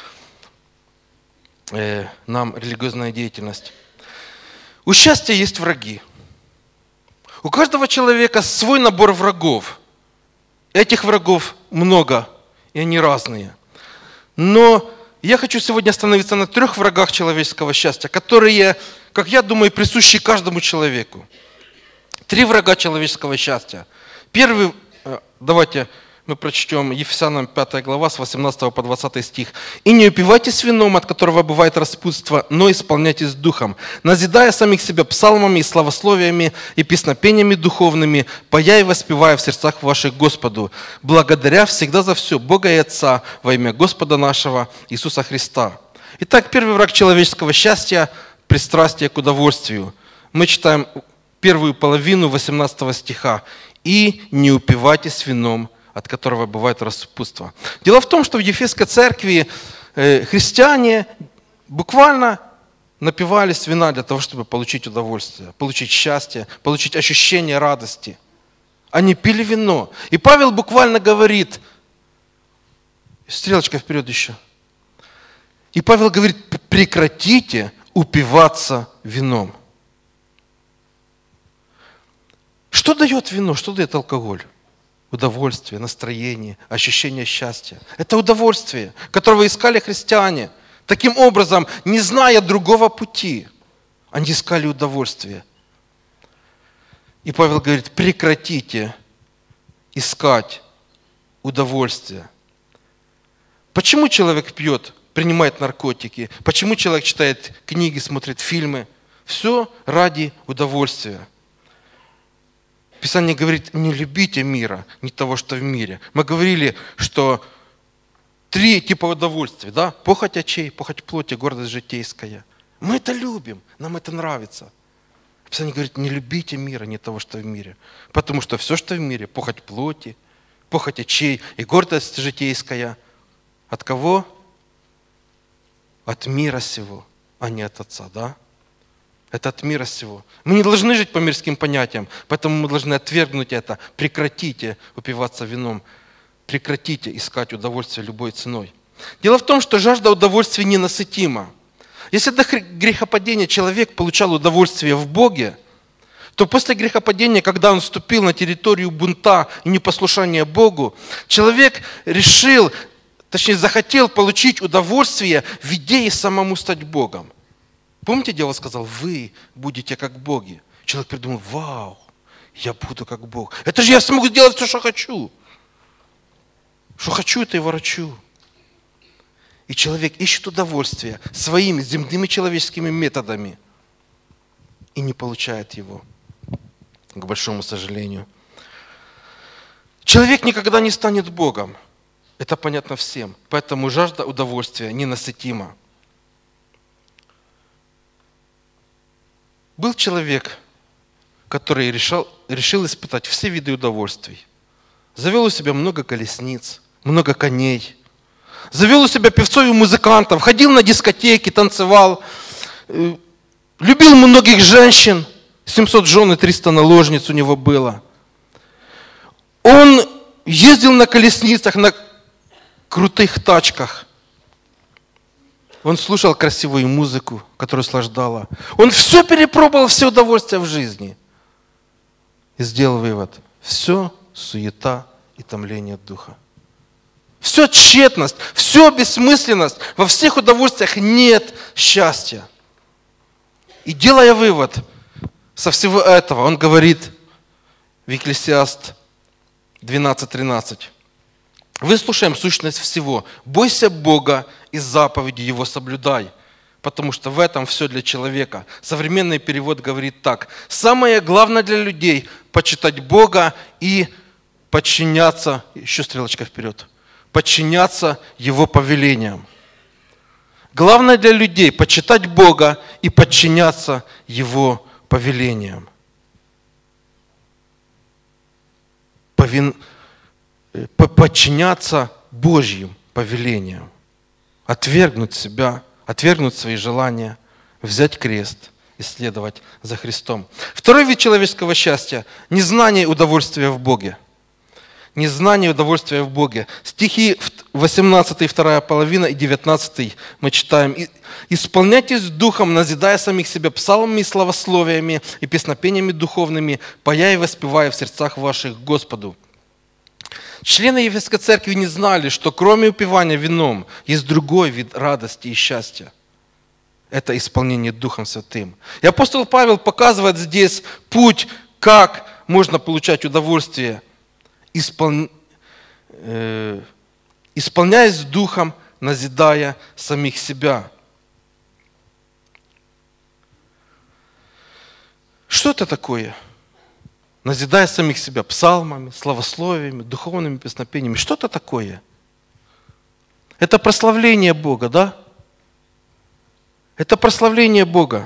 нам религиозная деятельность. У счастья есть враги. У каждого человека свой набор врагов. Этих врагов много, и они разные. Но я хочу сегодня остановиться на 3 врагах человеческого счастья, которые, как я думаю, присущи каждому человеку. 3 врага человеческого счастья. Первый, давайте мы прочтем Ефесянам 5 глава с 18 по 20 стих. «И не упивайтесь вином, от которого бывает распутство, но исполняйтесь духом, назидая самих себя псалмами и славословиями и песнопениями духовными, поя и воспевая в сердцах ваших Господу, благодаря всегда за все Бога и Отца во имя Господа нашего Иисуса Христа». Итак, первый враг человеческого счастья – пристрастие к удовольствию. Мы читаем первую половину 18 стиха. «И не упивайтесь вином, от которого бывает распутство». Дело в том, что в Ефесской церкви христиане буквально напивались вина для того, чтобы получить удовольствие, получить счастье, получить ощущение радости. Они пили вино. И Павел буквально говорит, стрелочка вперед еще. И Павел говорит, прекратите упиваться вином. Что дает вино, что дает алкоголь? Удовольствие, настроение, ощущение счастья. Это удовольствие, которого искали христиане. Таким образом, не зная другого пути, они искали удовольствие. И Павел говорит, прекратите искать удовольствие. Почему человек пьет, принимает наркотики? Почему человек читает книги, смотрит фильмы? Все ради удовольствия. Писание говорит, не любите мира, не того, что в мире. Мы говорили, что 3 типа удовольствия, да? Похоть очей, похоть плоти, гордость житейская. Мы это любим, нам это нравится. Писание говорит, не любите мира, не того, что в мире. Потому что все, что в мире, похоть плоти, похоть очей и гордость житейская. От кого? От мира сего, а не от Отца, да? Это от мира сего. Мы не должны жить по мирским понятиям, поэтому мы должны отвергнуть это. Прекратите упиваться вином. Прекратите искать удовольствие любой ценой. Дело в том, что жажда удовольствия ненасытима. Если до грехопадения человек получал удовольствие в Боге, то после грехопадения, когда он вступил на территорию бунта и непослушания Богу, человек решил, точнее захотел получить удовольствие в идее самому стать Богом. Помните, дьявол сказал, вы будете как боги. Человек придумал, вау, я буду как Бог. Это же я смогу сделать все, что хочу. Что хочу, это и ворочу. И человек ищет удовольствие своими земными человеческими методами и не получает его, к большому сожалению. Человек никогда не станет Богом. Это понятно всем. Поэтому жажда удовольствия ненасытима. Был человек, который решил испытать все виды удовольствий. Завел у себя много колесниц, много коней. Завел у себя певцов и музыкантов, ходил на дискотеки, танцевал. Любил многих женщин. 700 жен и 300 наложниц у него было. Он ездил на колесницах, на крутых тачках. Он слушал красивую музыку, которая услаждала. Он все перепробовал, все удовольствия в жизни. И сделал вывод. Все суета и томление духа. Все тщетность, все бессмысленность. Во всех удовольствиях нет счастья. И делая вывод со всего этого, он говорит в Екклесиаст 12:13. Выслушаем сущность всего. Бойся Бога и заповеди Его соблюдай, потому что в этом все для человека. Современный перевод говорит так. Самое главное для людей – почитать Бога и подчиняться, еще стрелочка вперед, подчиняться Его повелениям. Главное для людей – почитать Бога и подчиняться Его повелениям. Подчиняться Божьим повелениям. Отвергнуть себя, отвергнуть свои желания, взять крест и следовать за Христом. Второй вид человеческого счастья – незнание удовольствия в Боге. Незнание удовольствия в Боге. Стихи 18, вторая половина и 19 мы читаем. «Исполняйтесь духом, назидая самих себя псалмами и славословиями и песнопениями духовными, поя и воспевая в сердцах ваших Господу». Члены Ефесской церкви не знали, что кроме упивания вином есть другой вид радости и счастья. Это исполнение Духом Святым. И апостол Павел показывает здесь путь, как можно получать удовольствие, исполняясь Духом, назидая самих себя. Что это такое? Назидая самих себя псалмами, славословиями, духовными песнопениями. Что это такое? Это прославление Бога, да? Это прославление Бога.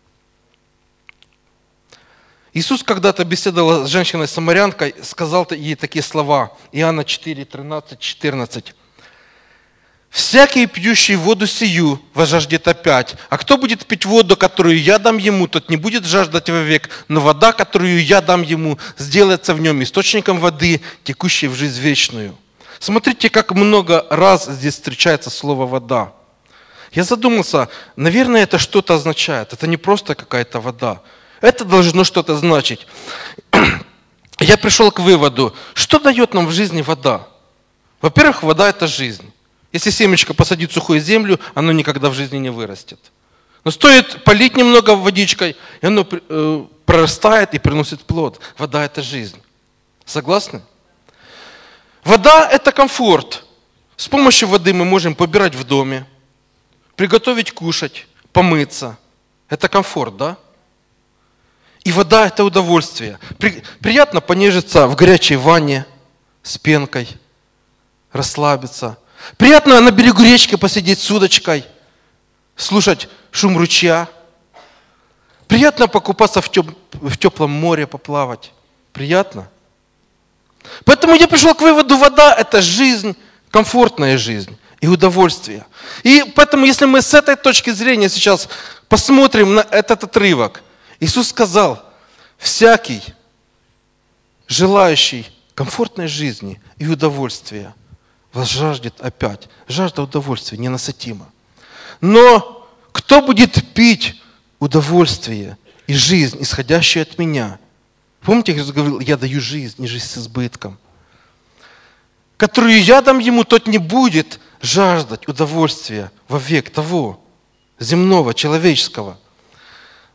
Иисус когда-то беседовал с женщиной-самарянкой, сказал ей такие слова. Иоанна 4, 13, 14. «Всякий, пьющий воду сию, возжаждет опять. А кто будет пить воду, которую я дам ему, тот не будет жаждать вовек, но вода, которую я дам ему, сделается в нем источником воды, текущей в жизнь вечную». Смотрите, как много раз здесь встречается слово «вода». Я задумался, наверное, это что-то означает. Это не просто какая-то вода. Это должно что-то значить. Я пришел к выводу, что дает нам в жизни вода? Во-первых, вода – это жизнь. Если семечко посадить в сухую землю, оно никогда в жизни не вырастет. Но стоит полить немного водичкой, и оно прорастает и приносит плод. Вода – это жизнь. Согласны? Вода – это комфорт. С помощью воды мы можем побирать в доме, приготовить кушать, помыться. Это комфорт, да? И вода – это удовольствие. Приятно понежиться в горячей ванне с пенкой, расслабиться. Приятно на берегу речки посидеть с удочкой, слушать шум ручья. Приятно покупаться в теплом море, поплавать. Приятно. Поэтому я пришел к выводу, вода – это жизнь, комфортная жизнь и удовольствие. И поэтому, если мы с этой точки зрения сейчас посмотрим на этот отрывок, Иисус сказал, всякий, желающий комфортной жизни и удовольствия, возжаждет опять. Жажда удовольствия ненасытима. Но кто будет пить удовольствие и жизнь, исходящую от меня? Помните, Иисус говорил, я даю жизнь и жизнь с избытком. Которую я дам ему, тот не будет жаждать удовольствия вовек того, земного, человеческого.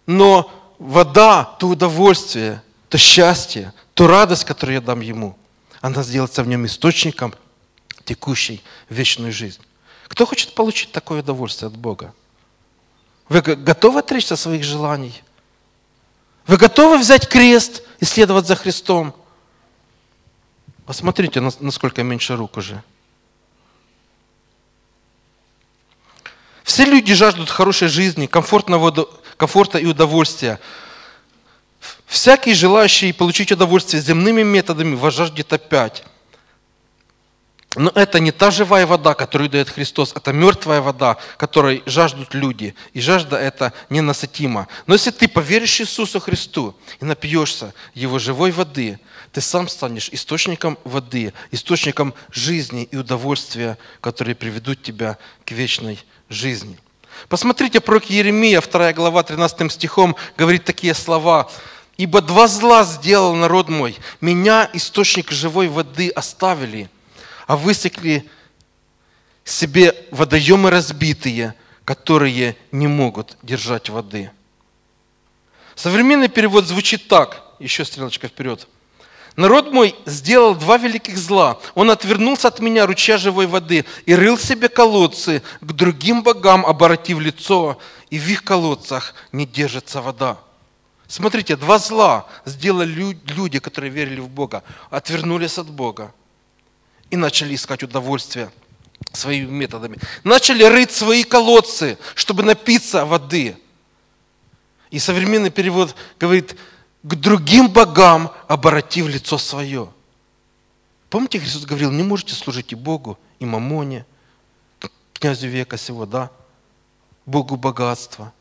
Но вода, то удовольствие, то счастье, то радость, которую я дам ему, она сделается в нем источником, текущей вечную жизнь. Кто хочет получить такое удовольствие от Бога? Вы готовы отречься от своих желаний? Вы готовы взять крест и следовать за Христом? Посмотрите, насколько меньше рук уже. Все люди жаждут хорошей жизни, комфорта и удовольствия. Всякий, желающий получить удовольствие земными методами, возжаждет опять. Но это не та живая вода, которую дает Христос, это мертвая вода, которой жаждут люди. И жажда эта ненасытима. Но если ты поверишь Иисусу Христу и напьешься Его живой воды, ты сам станешь источником воды, источником жизни и удовольствия, которые приведут тебя к вечной жизни. Посмотрите, пророк Иеремия, 2 глава, 13 стихом, говорит такие слова. «Ибо два зла сделал народ мой, меня, источник живой воды, оставили, а высекли себе водоемы разбитые, которые не могут держать воды». Современный перевод звучит так, еще стрелочка вперед. «Народ мой сделал два великих зла. Он отвернулся от меня, ручья живой воды, и рыл себе колодцы, к другим богам оборотив лицо, и в их колодцах не держится вода». Смотрите, два зла сделали люди, которые верили в Бога, отвернулись от Бога и начали искать удовольствие своими методами. Начали рыть свои колодцы, чтобы напиться воды. И современный перевод говорит, к другим богам оборотив лицо свое. Помните, Христос говорил, не можете служить и Богу, и мамоне, князю века сего, да? Богу богатства.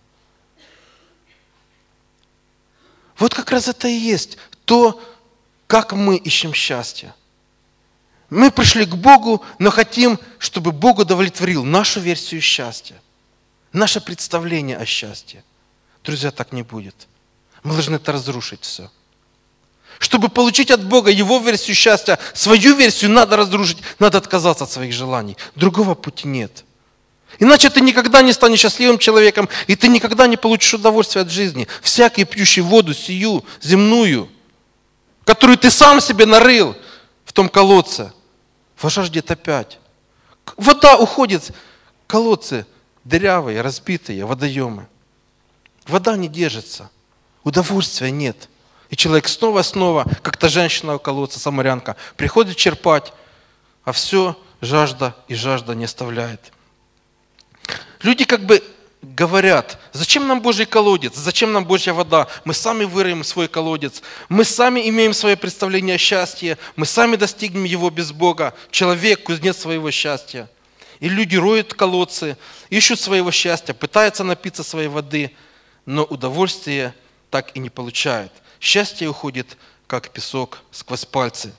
Вот как раз это и есть то, как мы ищем счастье. Мы пришли к Богу, но хотим, чтобы Бог удовлетворил нашу версию счастья, наше представление о счастье. Друзья, так не будет. Мы должны это разрушить все. Чтобы получить от Бога Его версию счастья, свою версию надо разрушить, надо отказаться от своих желаний. Другого пути нет. Иначе ты никогда не станешь счастливым человеком, и ты никогда не получишь удовольствие от жизни. Всякий, пьющий воду сию, земную, которую ты сам себе нарыл в том колодце, возжаждет опять. Вода уходит, колодцы дырявые, разбитые, водоемы. Вода не держится, удовольствия нет. И человек снова, как та женщина у колодца, самарянка, приходит черпать, а все жажда и жажда не оставляет. Люди как бы говорят, зачем нам Божий колодец, зачем нам Божья вода? Мы сами выроем свой колодец, мы сами имеем свое представление о счастье, мы сами достигнем его без Бога. Человек – кузнец своего счастья. И люди роют колодцы, ищут своего счастья, пытаются напиться своей воды, но удовольствие так и не получают. Счастье уходит, как песок, сквозь пальцы.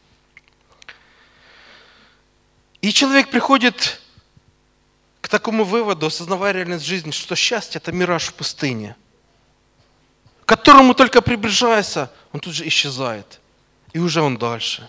И человек приходит к такому выводу, осознавая реальность жизни, что счастье – это мираж в пустыне, к которому только приближайся, он тут же исчезает. И уже он дальше.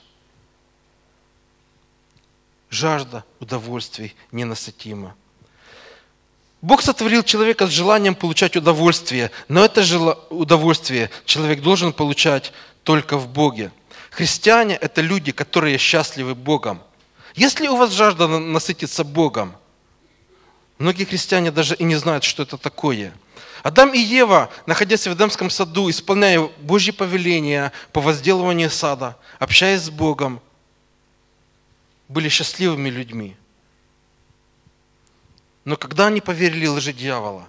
Жажда удовольствий ненасытима. Бог сотворил человека с желанием получать удовольствие, но это удовольствие человек должен получать только в Боге. Христиане – это люди, которые счастливы Богом. Если у вас жажда насытиться Богом, многие христиане даже и не знают, что это такое. Адам и Ева, находясь в Эдемском саду, исполняя Божьи повеления по возделыванию сада, общаясь с Богом, были счастливыми людьми. Но когда они поверили лжи дьявола,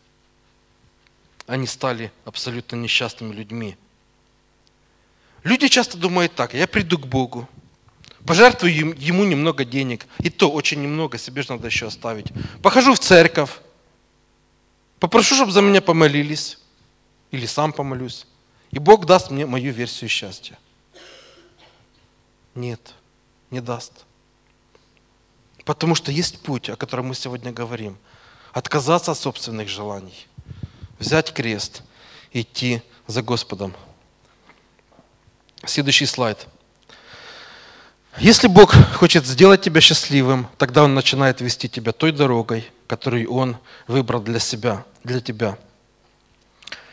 они стали абсолютно несчастными людьми. Люди часто думают так: я приду к Богу, пожертвую Ему немного денег, и то очень немного, себе же надо еще оставить. Похожу в церковь, попрошу, чтобы за меня помолились, или сам помолюсь, и Бог даст мне мою версию счастья. Нет, не даст. Потому что есть путь, о котором мы сегодня говорим. Отказаться от собственных желаний, взять крест и идти за Господом. Следующий слайд. Если Бог хочет сделать тебя счастливым, тогда Он начинает вести тебя той дорогой, которую Он выбрал для себя, для тебя.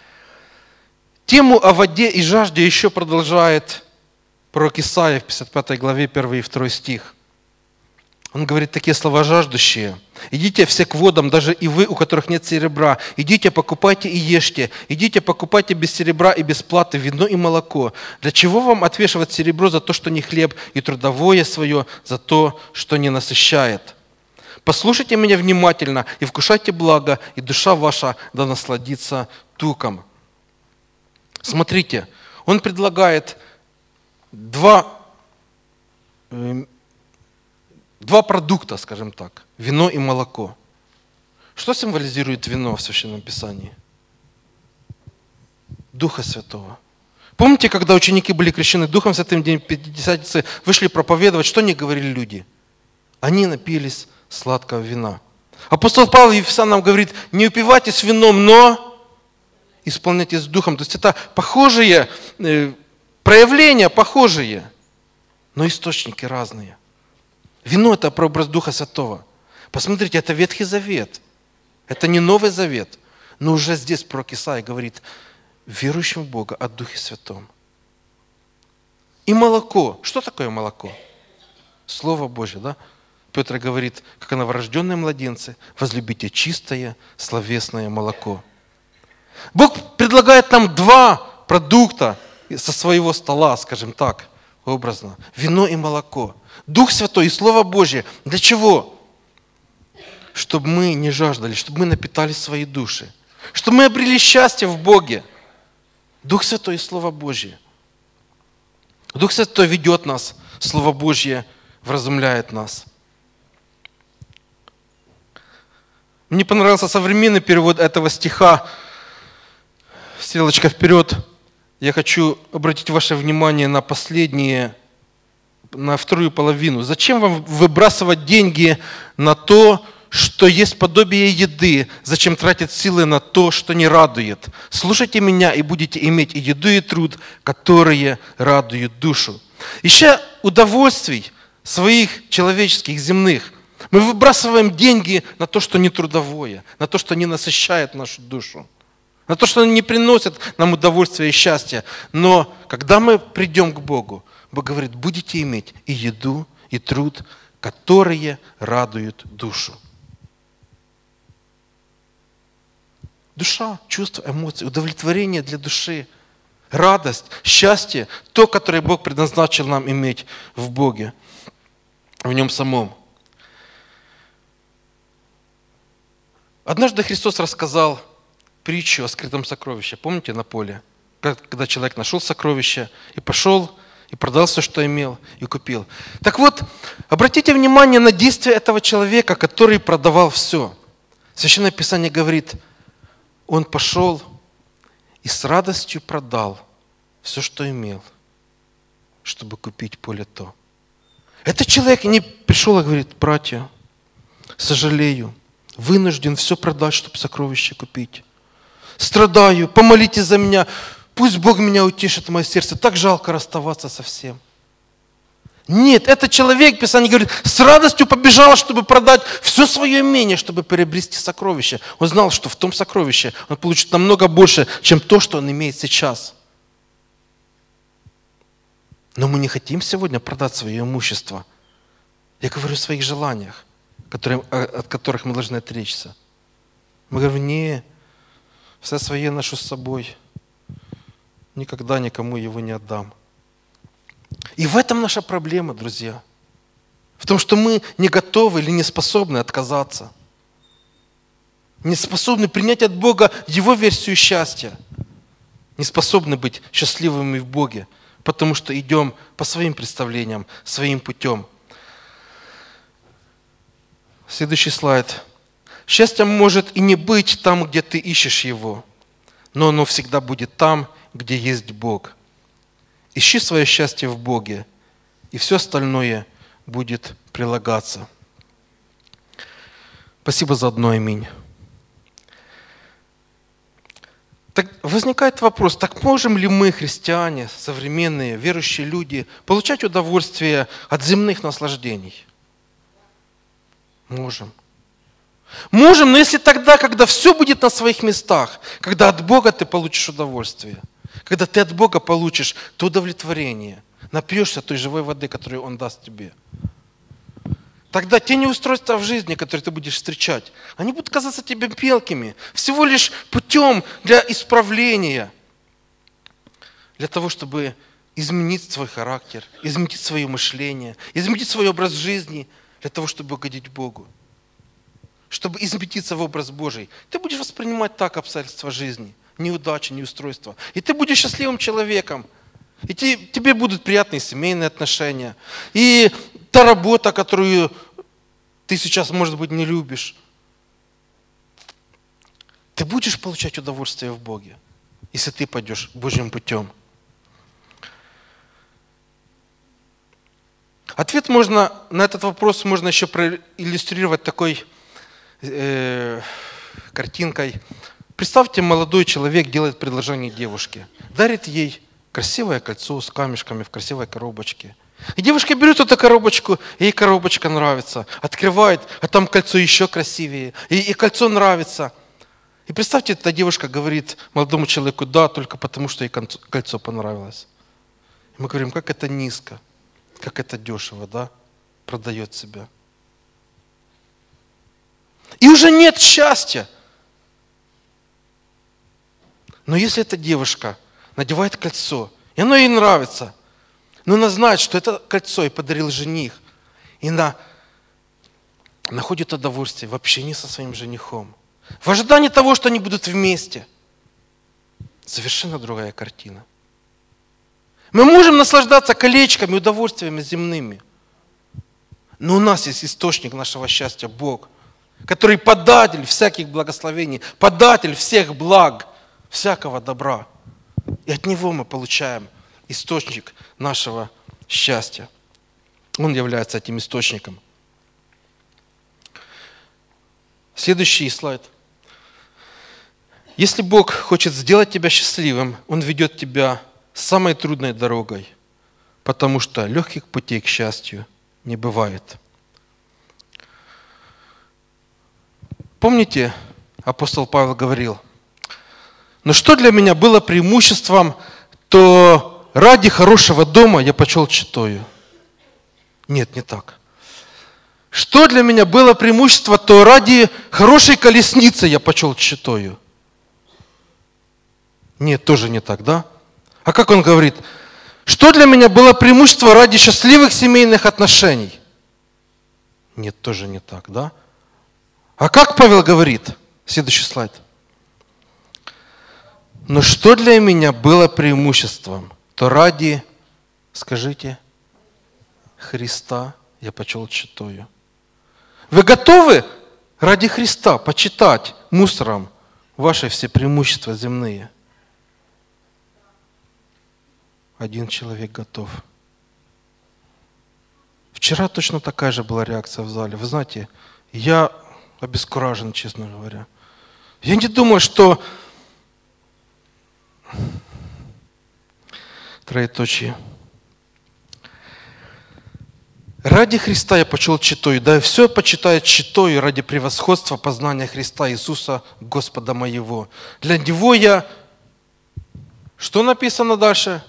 Тему о воде и жажде еще продолжает пророк Исаия в 55 главе 1 и 2 стих. Он говорит такие слова: жаждущие, идите все к водам, даже и вы, у которых нет серебра, идите, покупайте и ешьте, идите, покупайте без серебра и без платы вино и молоко. Для чего вам отвешивать серебро за то, что не хлеб, и трудовое свое за то, что не насыщает? Послушайте меня внимательно и вкушайте благо, и душа ваша да насладится туком. Смотрите, он предлагает два продукта, скажем так, вино и молоко. Что символизирует вино в Священном Писании? Духа Святого. Помните, когда ученики были крещены Духом Святым в день Пятидесятницы, вышли проповедовать, что не говорили люди? Они напились сладкого вина. Апостол Павел Ефесянам говорит: не упивайтесь вином, но исполняйтесь Духом. То есть это похожие проявления, похожие, но источники разные. Вино – это прообраз Духа Святого. Посмотрите, это Ветхий Завет. Это не Новый Завет. Но уже здесь пророк Исаия говорит: верующим в Бога о Духе Святом. И молоко. Что такое молоко? Слово Божье, да? Петр говорит: как новорожденные младенцы, возлюбите чистое, словесное молоко. Бог предлагает нам два продукта со своего стола, скажем так, образно. Вино и молоко. Дух Святой и Слово Божье. Для чего? Чтобы мы не жаждали, чтобы мы напитали свои души. Чтобы мы обрели счастье в Боге. Дух Святой и Слово Божье. Дух Святой ведет нас, Слово Божье вразумляет нас. Мне понравился современный перевод этого стиха. Стрелочка вперед. Я хочу обратить ваше внимание на на вторую половину. Зачем вам выбрасывать деньги на то, что есть подобие еды? Зачем тратить силы на то, что не радует? Слушайте меня, и будете иметь и еду, и труд, которые радуют душу. Ища удовольствий своих человеческих, земных, мы выбрасываем деньги на то, что не трудовое, на то, что не насыщает нашу душу, на то, что не приносит нам удовольствия и счастья. Но когда мы придем к Богу, Бог говорит: будете иметь и еду, и труд, которые радуют душу. Душа, чувства, эмоции, удовлетворение для души, радость, счастье, то, которое Бог предназначил нам иметь в Боге, в Нем самом. Однажды Христос рассказал притчу о скрытом сокровище. Помните, на поле? Когда человек нашел сокровище и пошел, и продал все, что имел, и купил. Так вот, обратите внимание на действия этого человека, который продавал все. Священное Писание говорит: он пошел и с радостью продал все, что имел, чтобы купить поле то. Этот человек не пришел и говорит: братья, сожалею, вынужден все продать, чтобы сокровище купить. Страдаю, помолитесь за меня, пусть Бог меня утешит в мое сердце, так жалко расставаться со всем. Нет, этот человек, Писание говорит, с радостью побежал, чтобы продать все свое имение, чтобы приобрести сокровище. Он знал, что в том сокровище он получит намного больше, чем то, что он имеет сейчас. Но мы не хотим сегодня продать свое имущество. Я говорю о своих желаниях, от которых мы должны отречься. Мы говорим: не, все свое ношу с собой, никогда никому его не отдам. И в этом наша проблема, друзья. В том, что мы не готовы или не способны отказаться. Не способны принять от Бога Его версию счастья. Не способны быть счастливыми в Боге, потому что идем по своим представлениям, своим путем. Следующий слайд. Счастье может и не быть там, где ты ищешь его, но оно всегда будет там, где есть Бог. Ищи свое счастье в Боге, и все остальное будет прилагаться. Спасибо за одно аминь. Так возникает вопрос: так можем ли мы, христиане, современные, верующие люди, получать удовольствие от земных наслаждений? Можем. Можем, но если тогда, когда все будет на своих местах, когда от Бога ты получишь удовольствие. Когда ты от Бога получишь то удовлетворение, напьешься той живой воды, которую Он даст тебе. Тогда те неустройства в жизни, которые ты будешь встречать, они будут казаться тебе мелкими, всего лишь путем для исправления, для того, чтобы изменить свой характер, изменить свое мышление, изменить свой образ жизни, для того, чтобы угодить Богу. Чтобы измениться в образ Божий. Ты будешь воспринимать так обстоятельства жизни, неудачи, неустройства. И ты будешь счастливым человеком. И тебе будут приятные семейные отношения. И та работа, которую ты сейчас, может быть, не любишь. Ты будешь получать удовольствие в Боге, если ты пойдешь Божьим путем. Ответ на этот вопрос можно еще проиллюстрировать такой картинкой. Представьте, молодой человек делает предложение девушке, дарит ей красивое кольцо с камешками в красивой коробочке. И девушка берет эту коробочку, ей коробочка нравится, открывает, а там кольцо еще красивее, и кольцо нравится. И представьте, эта девушка говорит молодому человеку «да», только потому, что ей кольцо понравилось. И мы говорим, как это низко, как это дешево, да, продает себя. И уже нет счастья. Но если эта девушка надевает кольцо, и оно ей нравится, но она знает, что это кольцо ей подарил жених, и она находит удовольствие в общении со своим женихом, в ожидании того, что они будут вместе. Совершенно другая картина. Мы можем наслаждаться колечками, удовольствиями земными, но у нас есть источник нашего счастья, Бог, который податель всяких благословений, податель всех благ, всякого добра. И от Него мы получаем источник нашего счастья. Он является этим источником. Следующий слайд. Если Бог хочет сделать тебя счастливым, Он ведет тебя самой трудной дорогой, потому что легких путей к счастью не бывает. Помните, апостол Павел говорил, но что для меня было преимуществом, то ради хорошего дома я почел читаю. Нет, не так. Что для меня было преимущество, то ради хорошей колесницы я почел читаю. Нет, тоже не так, да? А как он говорит? Что для меня было преимущество ради счастливых семейных отношений? Нет, тоже не так, да? А как Павел говорит? Следующий слайд. Но что для меня было преимуществом, то ради, скажите, Христа я почел читаю. Вы готовы ради Христа почитать мусором ваши все преимущества земные? Один человек готов. Вчера точно такая же была реакция в зале. Вы знаете, я обескуражен, честно говоря. Я не думаю, что троеточие. Ради Христа я почел читаю, да и все почитаю читаю ради превосходства познания Христа Иисуса, Господа моего. Для Него я... Что написано дальше?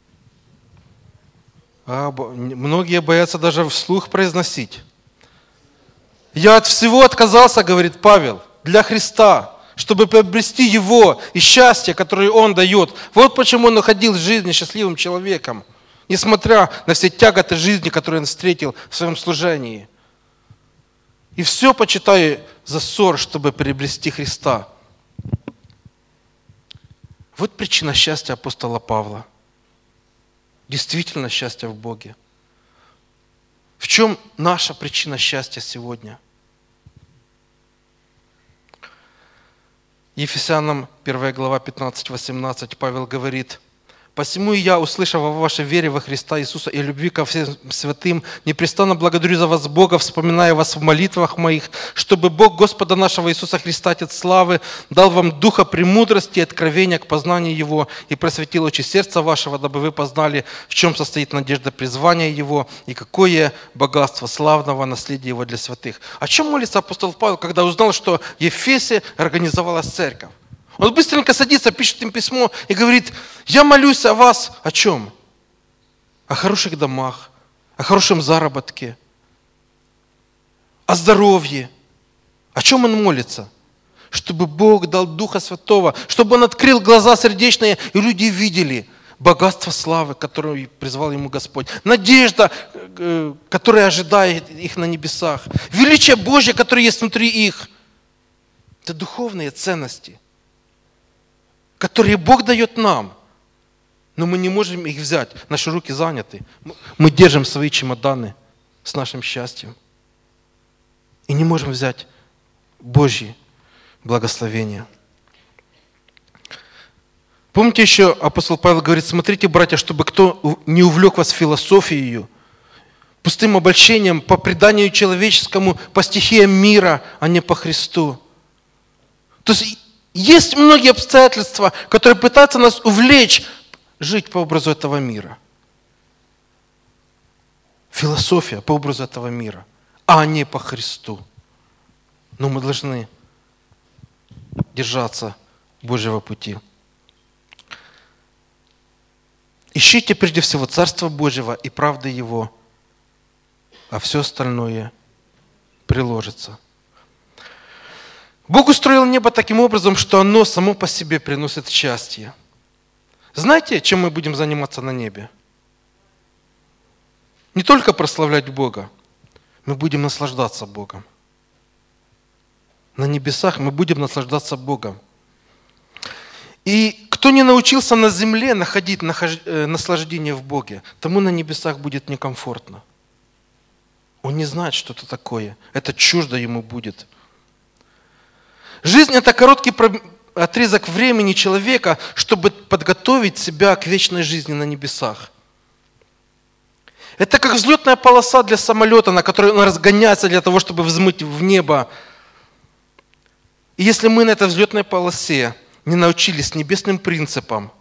Многие боятся даже вслух произносить. Я от всего отказался, говорит Павел, для Христа, чтобы приобрести Его и счастье, которое Он дает. Вот почему Он находил в жизни счастливым человеком, несмотря на все тяготы жизни, которые Он встретил в своем служении. И все почитаю за ссор, чтобы приобрести Христа. Вот причина счастья апостола Павла. Действительно счастье в Боге. В чем наша причина счастья сегодня? Ефесянам 1 глава 15-18 Павел говорит: «Посему и я, услышав о вашей вере во Христа Иисуса и любви ко всем святым, непрестанно благодарю за вас Бога, вспоминая вас в молитвах моих, чтобы Бог Господа нашего Иисуса Христа, Отец славы, дал вам духа премудрости и откровения к познанию Его и просветил очи сердца вашего, дабы вы познали, в чем состоит надежда призвания Его и какое богатство славного наследия Его для святых». О чем молится апостол Павел, когда узнал, что в Ефесе организовалась церковь? Он быстренько садится, пишет им письмо и говорит: я молюсь о вас. О чем? О хороших домах, о хорошем заработке, о здоровье. О чем он молится? Чтобы Бог дал Духа Святого, чтобы Он открыл глаза сердечные, и люди видели богатство славы, которое призвал ему Господь. Надежда, которая ожидает их на небесах. Величие Божье, которое есть внутри их. Это духовные ценности, которые Бог дает нам. Но мы не можем их взять. Наши руки заняты. Мы держим свои чемоданы с нашим счастьем. И не можем взять Божье благословение. Помните еще, апостол Павел говорит: смотрите, братья, чтобы кто не увлек вас философией, пустым обольщением, по преданию человеческому, по стихиям мира, а не по Христу. То есть многие обстоятельства, которые пытаются нас увлечь жить по образу этого мира. Философия по образу этого мира, а не по Христу. Но мы должны держаться Божьего пути. Ищите прежде всего Царство Божьего и правды Его, а все остальное приложится. Бог устроил небо таким образом, что оно само по себе приносит счастье. Знаете, чем мы будем заниматься на небе? Не только прославлять Бога, мы будем наслаждаться Богом. На небесах мы будем наслаждаться Богом. И кто не научился на земле находить наслаждение в Боге, тому на небесах будет некомфортно. Он не знает, что это такое. Это чуждо ему будет. Жизнь – это короткий отрезок времени человека, чтобы подготовить себя к вечной жизни на небесах. Это как взлетная полоса для самолета, на которой он разгоняется для того, чтобы взмыть в небо. И если мы на этой взлетной полосе не научились небесным принципам,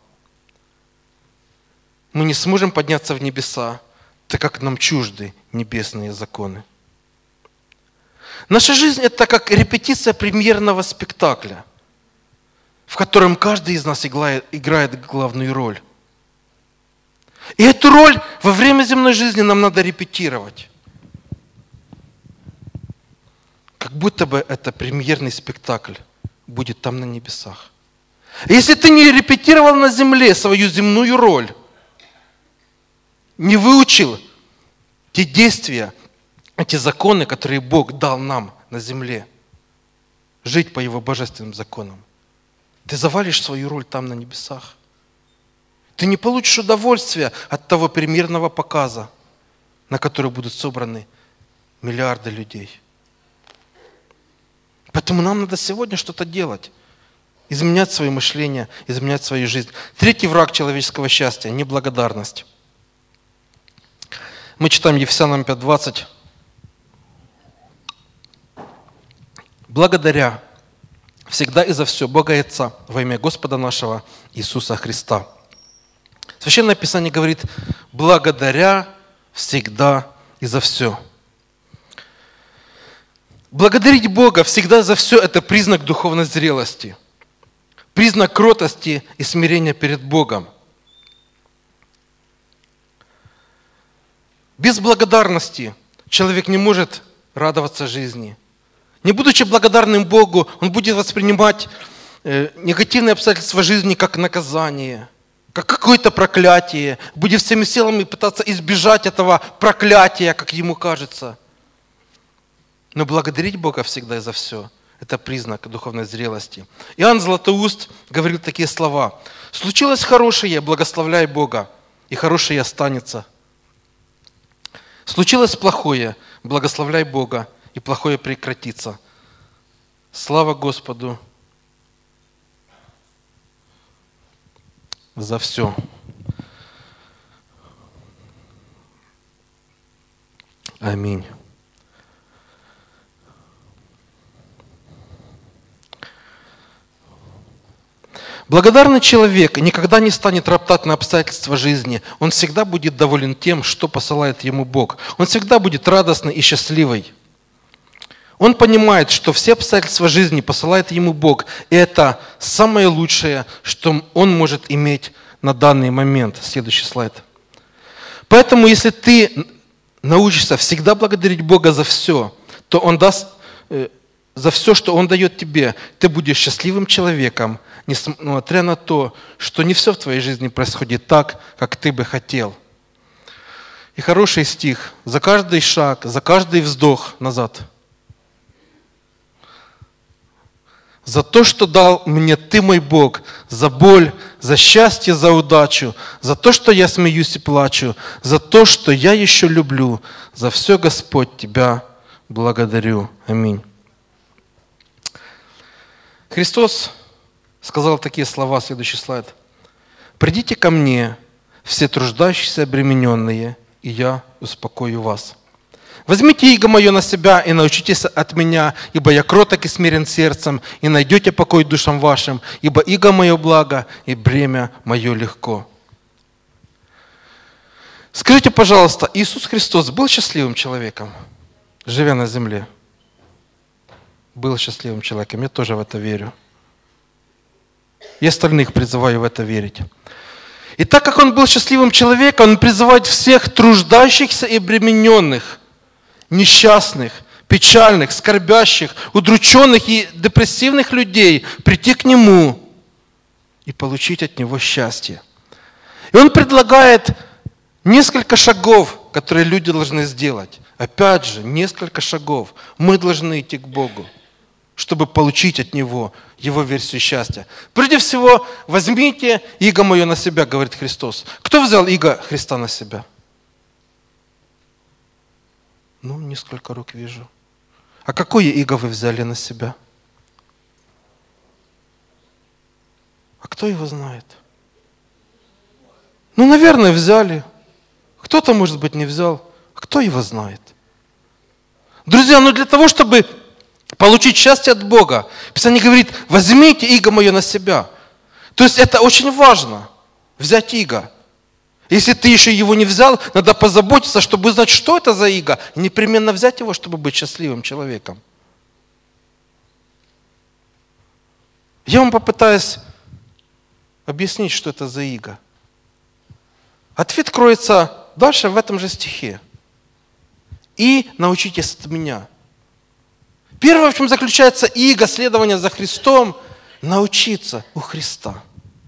мы не сможем подняться в небеса, так как нам чужды небесные законы. Наша жизнь – это как репетиция премьерного спектакля, в котором каждый из нас играет главную роль. И эту роль во время земной жизни нам надо репетировать. Как будто бы это премьерный спектакль будет там на небесах. И если ты не репетировал на земле свою земную роль, не выучил те действия, эти законы, которые Бог дал нам на земле, жить по Его божественным законам, ты завалишь свою роль там на небесах. Ты не получишь удовольствия от того премьерного показа, на который будут собраны миллиарды людей. Поэтому нам надо сегодня что-то делать. Изменять свое мышление, изменять свою жизнь. Третий враг человеческого счастья – неблагодарность. Мы читаем Ефесянам 5:20. «Благодаря всегда и за все Бога и Отца во имя Господа нашего Иисуса Христа». Священное Писание говорит: благодаря всегда и за все. Благодарить Бога всегда за все – это признак духовной зрелости, признак кротости и смирения перед Богом. Без благодарности человек не может радоваться жизни. Не будучи благодарным Богу, он будет воспринимать негативные обстоятельства жизни как наказание, как какое-то проклятие, будет всеми силами пытаться избежать этого проклятия, как ему кажется. Но благодарить Бога всегда и за все – это признак духовной зрелости. Иоанн Златоуст говорил такие слова: «Случилось хорошее, благословляй Бога, и хорошее останется. Случилось плохое, благословляй Бога, и плохое прекратится. Слава Господу за все». Аминь. Благодарный человек никогда не станет роптать на обстоятельства жизни. Он всегда будет доволен тем, что посылает ему Бог. Он всегда будет радостный и счастливый. Он понимает, что все обстоятельства жизни посылает ему Бог. И это самое лучшее, что он может иметь на данный момент. Следующий слайд. Поэтому, если ты научишься всегда благодарить Бога за все, то Он даст, за все, что Он дает тебе, ты будешь счастливым человеком, несмотря на то, что не все в твоей жизни происходит так, как ты бы хотел. И хороший стих. За каждый шаг, за каждый вздох назад. За то, что дал мне Ты, мой Бог, за боль, за счастье, за удачу, за то, что я смеюсь и плачу, за то, что я еще люблю, за все, Господь, Тебя благодарю. Аминь. Христос сказал такие слова, следующий слайд. «Придите ко мне, все труждающиеся и обремененные, и я успокою вас. Возьмите иго мое на себя и научитесь от меня, ибо я кроток и смирен сердцем, и найдете покой душам вашим, ибо иго мое благо, и бремя мое легко». Скажите, пожалуйста, Иисус Христос был счастливым человеком, живя на земле? Был счастливым человеком, я тоже в это верю. И остальных призываю в это верить. И так как Он был счастливым человеком, Он призывает всех труждающихся и обремененных, несчастных, печальных, скорбящих, удрученных и депрессивных людей прийти к Нему и получить от Него счастье. И Он предлагает несколько шагов, которые люди должны сделать. Опять же, несколько шагов. Мы должны идти к Богу, чтобы получить от Него Его версию счастья. Прежде всего, возьмите иго мое на себя, говорит Христос. Кто взял иго Христа на себя? Несколько рук вижу. А какое иго вы взяли на себя? А кто его знает? Наверное, взяли. Кто-то, может быть, не взял. А кто его знает? Друзья, для того, чтобы получить счастье от Бога, Писание говорит, возьмите иго мое на себя. То есть это очень важно, взять иго. Если ты еще его не взял, надо позаботиться, чтобы узнать, что это за иго, и непременно взять его, чтобы быть счастливым человеком. Я вам попытаюсь объяснить, что это за иго. Ответ кроется дальше в этом же стихе. «И научитесь от меня». Первое, в чем заключается иго следования за Христом, научиться у Христа.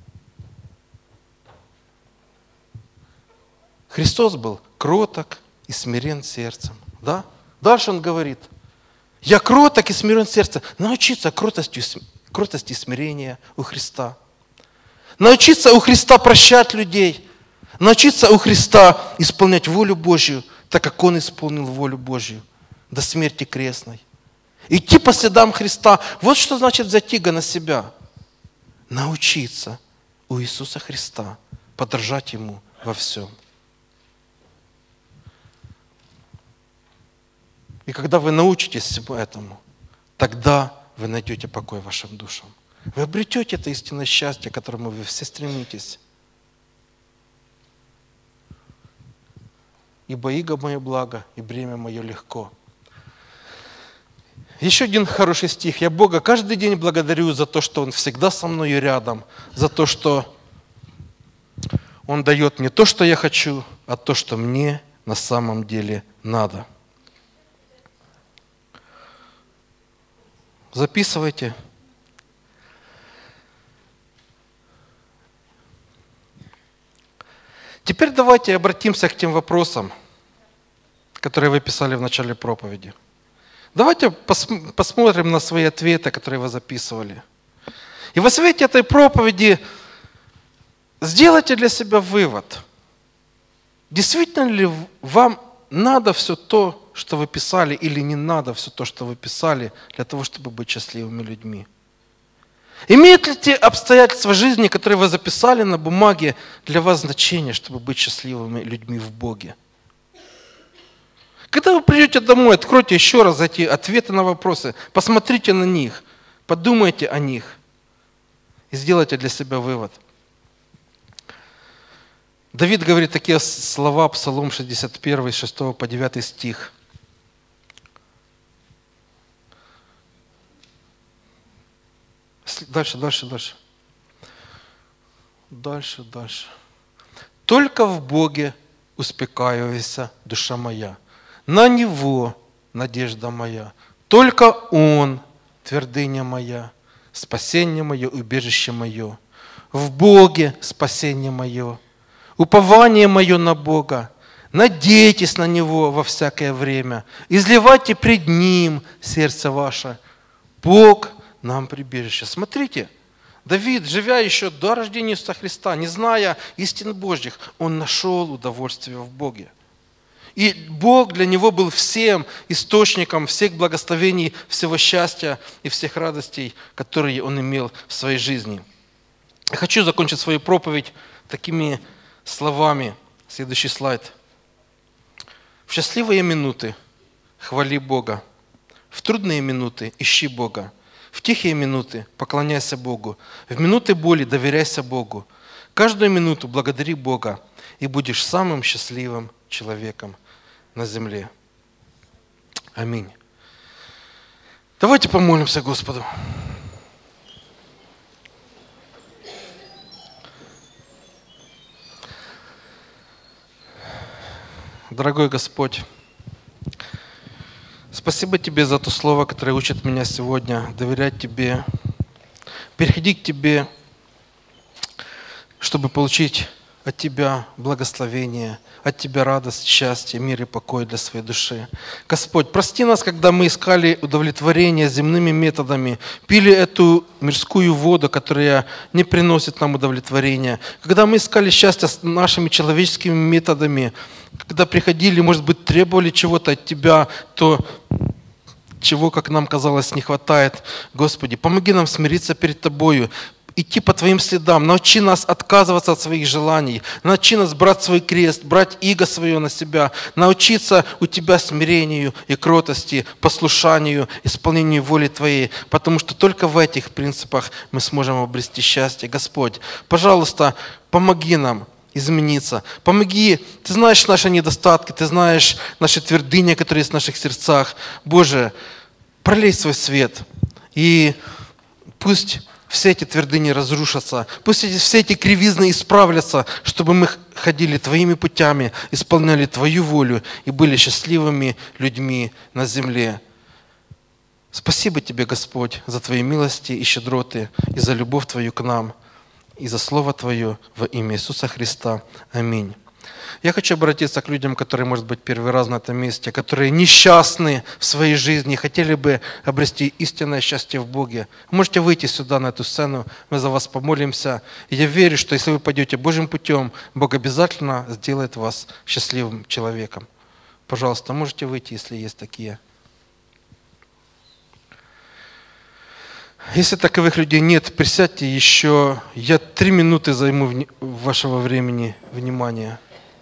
Христос был кроток и смирен сердцем. Да? Дальше Он говорит, я кроток и смирен сердцем. Научиться кротости и смирения у Христа. Научиться у Христа прощать людей. Научиться у Христа исполнять волю Божью, так как Он исполнил волю Божью до смерти крестной. Идти по следам Христа. Вот что значит взять иго на себя. Научиться у Иисуса Христа, подражать Ему во всем. И когда вы научитесь всему этому, тогда вы найдете покой вашим душам. Вы обретете это истинное счастье, к которому вы все стремитесь. Ибо иго мое благо, и бремя мое легко. Еще один хороший стих. Я Бога каждый день благодарю за то, что Он всегда со мной и рядом, за то, что Он дает не то, что я хочу, а то, что мне на самом деле надо. Записывайте. Теперь давайте обратимся к тем вопросам, которые вы писали в начале проповеди. Давайте посмотрим на свои ответы, которые вы записывали. И во свете этой проповеди сделайте для себя вывод. Действительно ли вам надо все то, что вы писали, или не надо все то, что вы писали, для того, чтобы быть счастливыми людьми? Имеют ли те обстоятельства жизни, которые вы записали на бумаге, для вас значение, чтобы быть счастливыми людьми в Боге? Когда вы придете домой, откройте еще раз эти ответы на вопросы, посмотрите на них, подумайте о них и сделайте для себя вывод. Давид говорит такие слова, Псалом 61, с 6 по 9 стих. Дальше. Только в Боге успокаивайся, душа моя. На Него надежда моя. Только Он, твердыня моя, спасение мое, убежище мое. В Боге спасение мое, упование мое на Бога. Надейтесь на Него во всякое время. Изливайте пред Ним сердце ваше. Бог нам прибежище. Смотрите, Давид, живя еще до рождения Иисуса Христа, не зная истин Божьих, он нашел удовольствие в Боге. И Бог для него был всем источником всех благословений, всего счастья и всех радостей, которые он имел в своей жизни. Я хочу закончить свою проповедь такими словами. Следующий слайд. В счастливые минуты хвали Бога. В трудные минуты ищи Бога. В тихие минуты поклоняйся Богу. В минуты боли доверяйся Богу. Каждую минуту благодари Бога, и будешь самым счастливым человеком на земле. Аминь. Давайте помолимся Господу. Дорогой Господь, спасибо Тебе за то слово, которое учит меня сегодня доверять Тебе, переходить к Тебе, чтобы получить от Тебя благословение, от Тебя радость, счастье, мир и покой для своей души. Господь, прости нас, когда мы искали удовлетворение земными методами, пили эту мирскую воду, которая не приносит нам удовлетворения, когда мы искали счастье с нашими человеческими методами, когда приходили, может быть, требовали чего-то от Тебя, то чего, как нам казалось, не хватает. Господи, помоги нам смириться перед Тобою, идти по Твоим следам, научи нас отказываться от своих желаний, научи нас брать свой крест, брать иго свое на себя, научиться у Тебя смирению и кротости, послушанию, исполнению воли Твоей, потому что только в этих принципах мы сможем обрести счастье. Господь, пожалуйста, помоги нам измениться. Помоги, Ты знаешь наши недостатки, Ты знаешь наши твердыни, которые есть в наших сердцах. Боже, пролей свой свет, и пусть все эти твердыни разрушатся, пусть все эти кривизны исправятся, чтобы мы ходили Твоими путями, исполняли Твою волю и были счастливыми людьми на земле. Спасибо Тебе, Господь, за Твои милости и щедроты, и за любовь Твою к нам, и за Слово Твое во имя Иисуса Христа. Аминь. Я хочу обратиться к людям, которые, может быть, первый раз на этом месте, которые несчастны в своей жизни, хотели бы обрести истинное счастье в Боге. Вы можете выйти сюда, на эту сцену, мы за вас помолимся. И я верю, что если вы пойдете Божьим путем, Бог обязательно сделает вас счастливым человеком. Пожалуйста, можете выйти, если есть такие. Если таковых людей нет, присядьте еще. Я 3 минуты займу вашего времени, внимания.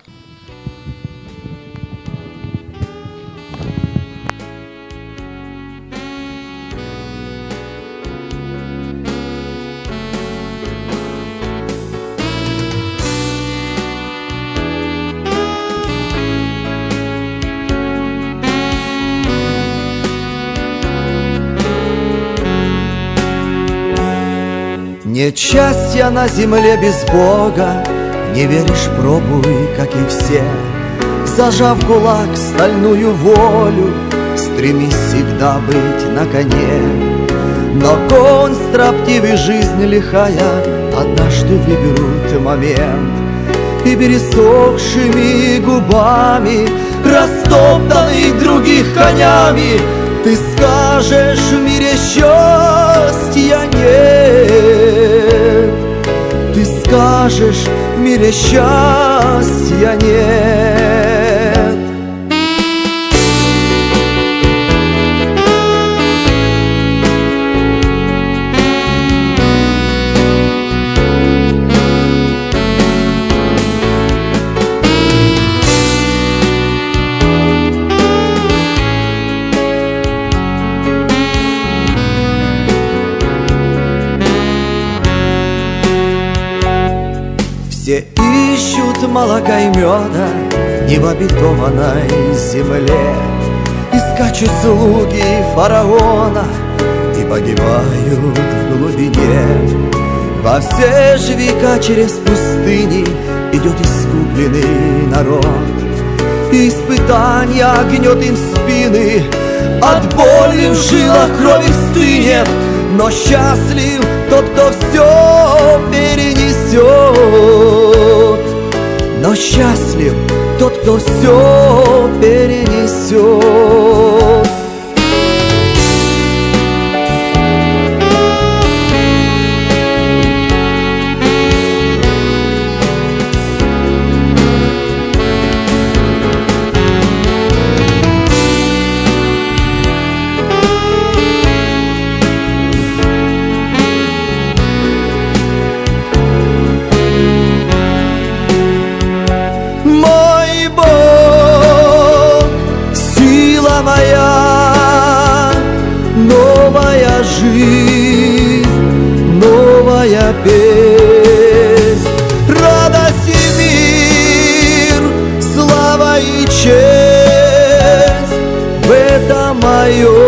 Нет счастья на земле без Бога, не веришь, пробуй, как и все. Зажав кулак стальную волю, стремись всегда быть на коне. Но конь строптивый, жизнь лихая, однажды выберут момент, и пересохшими губами, растоптанный других конями, ты скажешь в мире счастья нет. Ты скажешь в мире счастья нет. Все ищут молока и меда не в обетованной земле, и скачут слуги фараона, и погибают в глубине. Во все же века через пустыни идет искупленный народ. Испытания гнет им спины, от боли в жилах крови стынет. Но счастлив тот, кто все перенесет. Но счастлив тот, кто все перенесет. Моя новая жизнь, новая песнь, радость и мир, слава и честь, в этом мое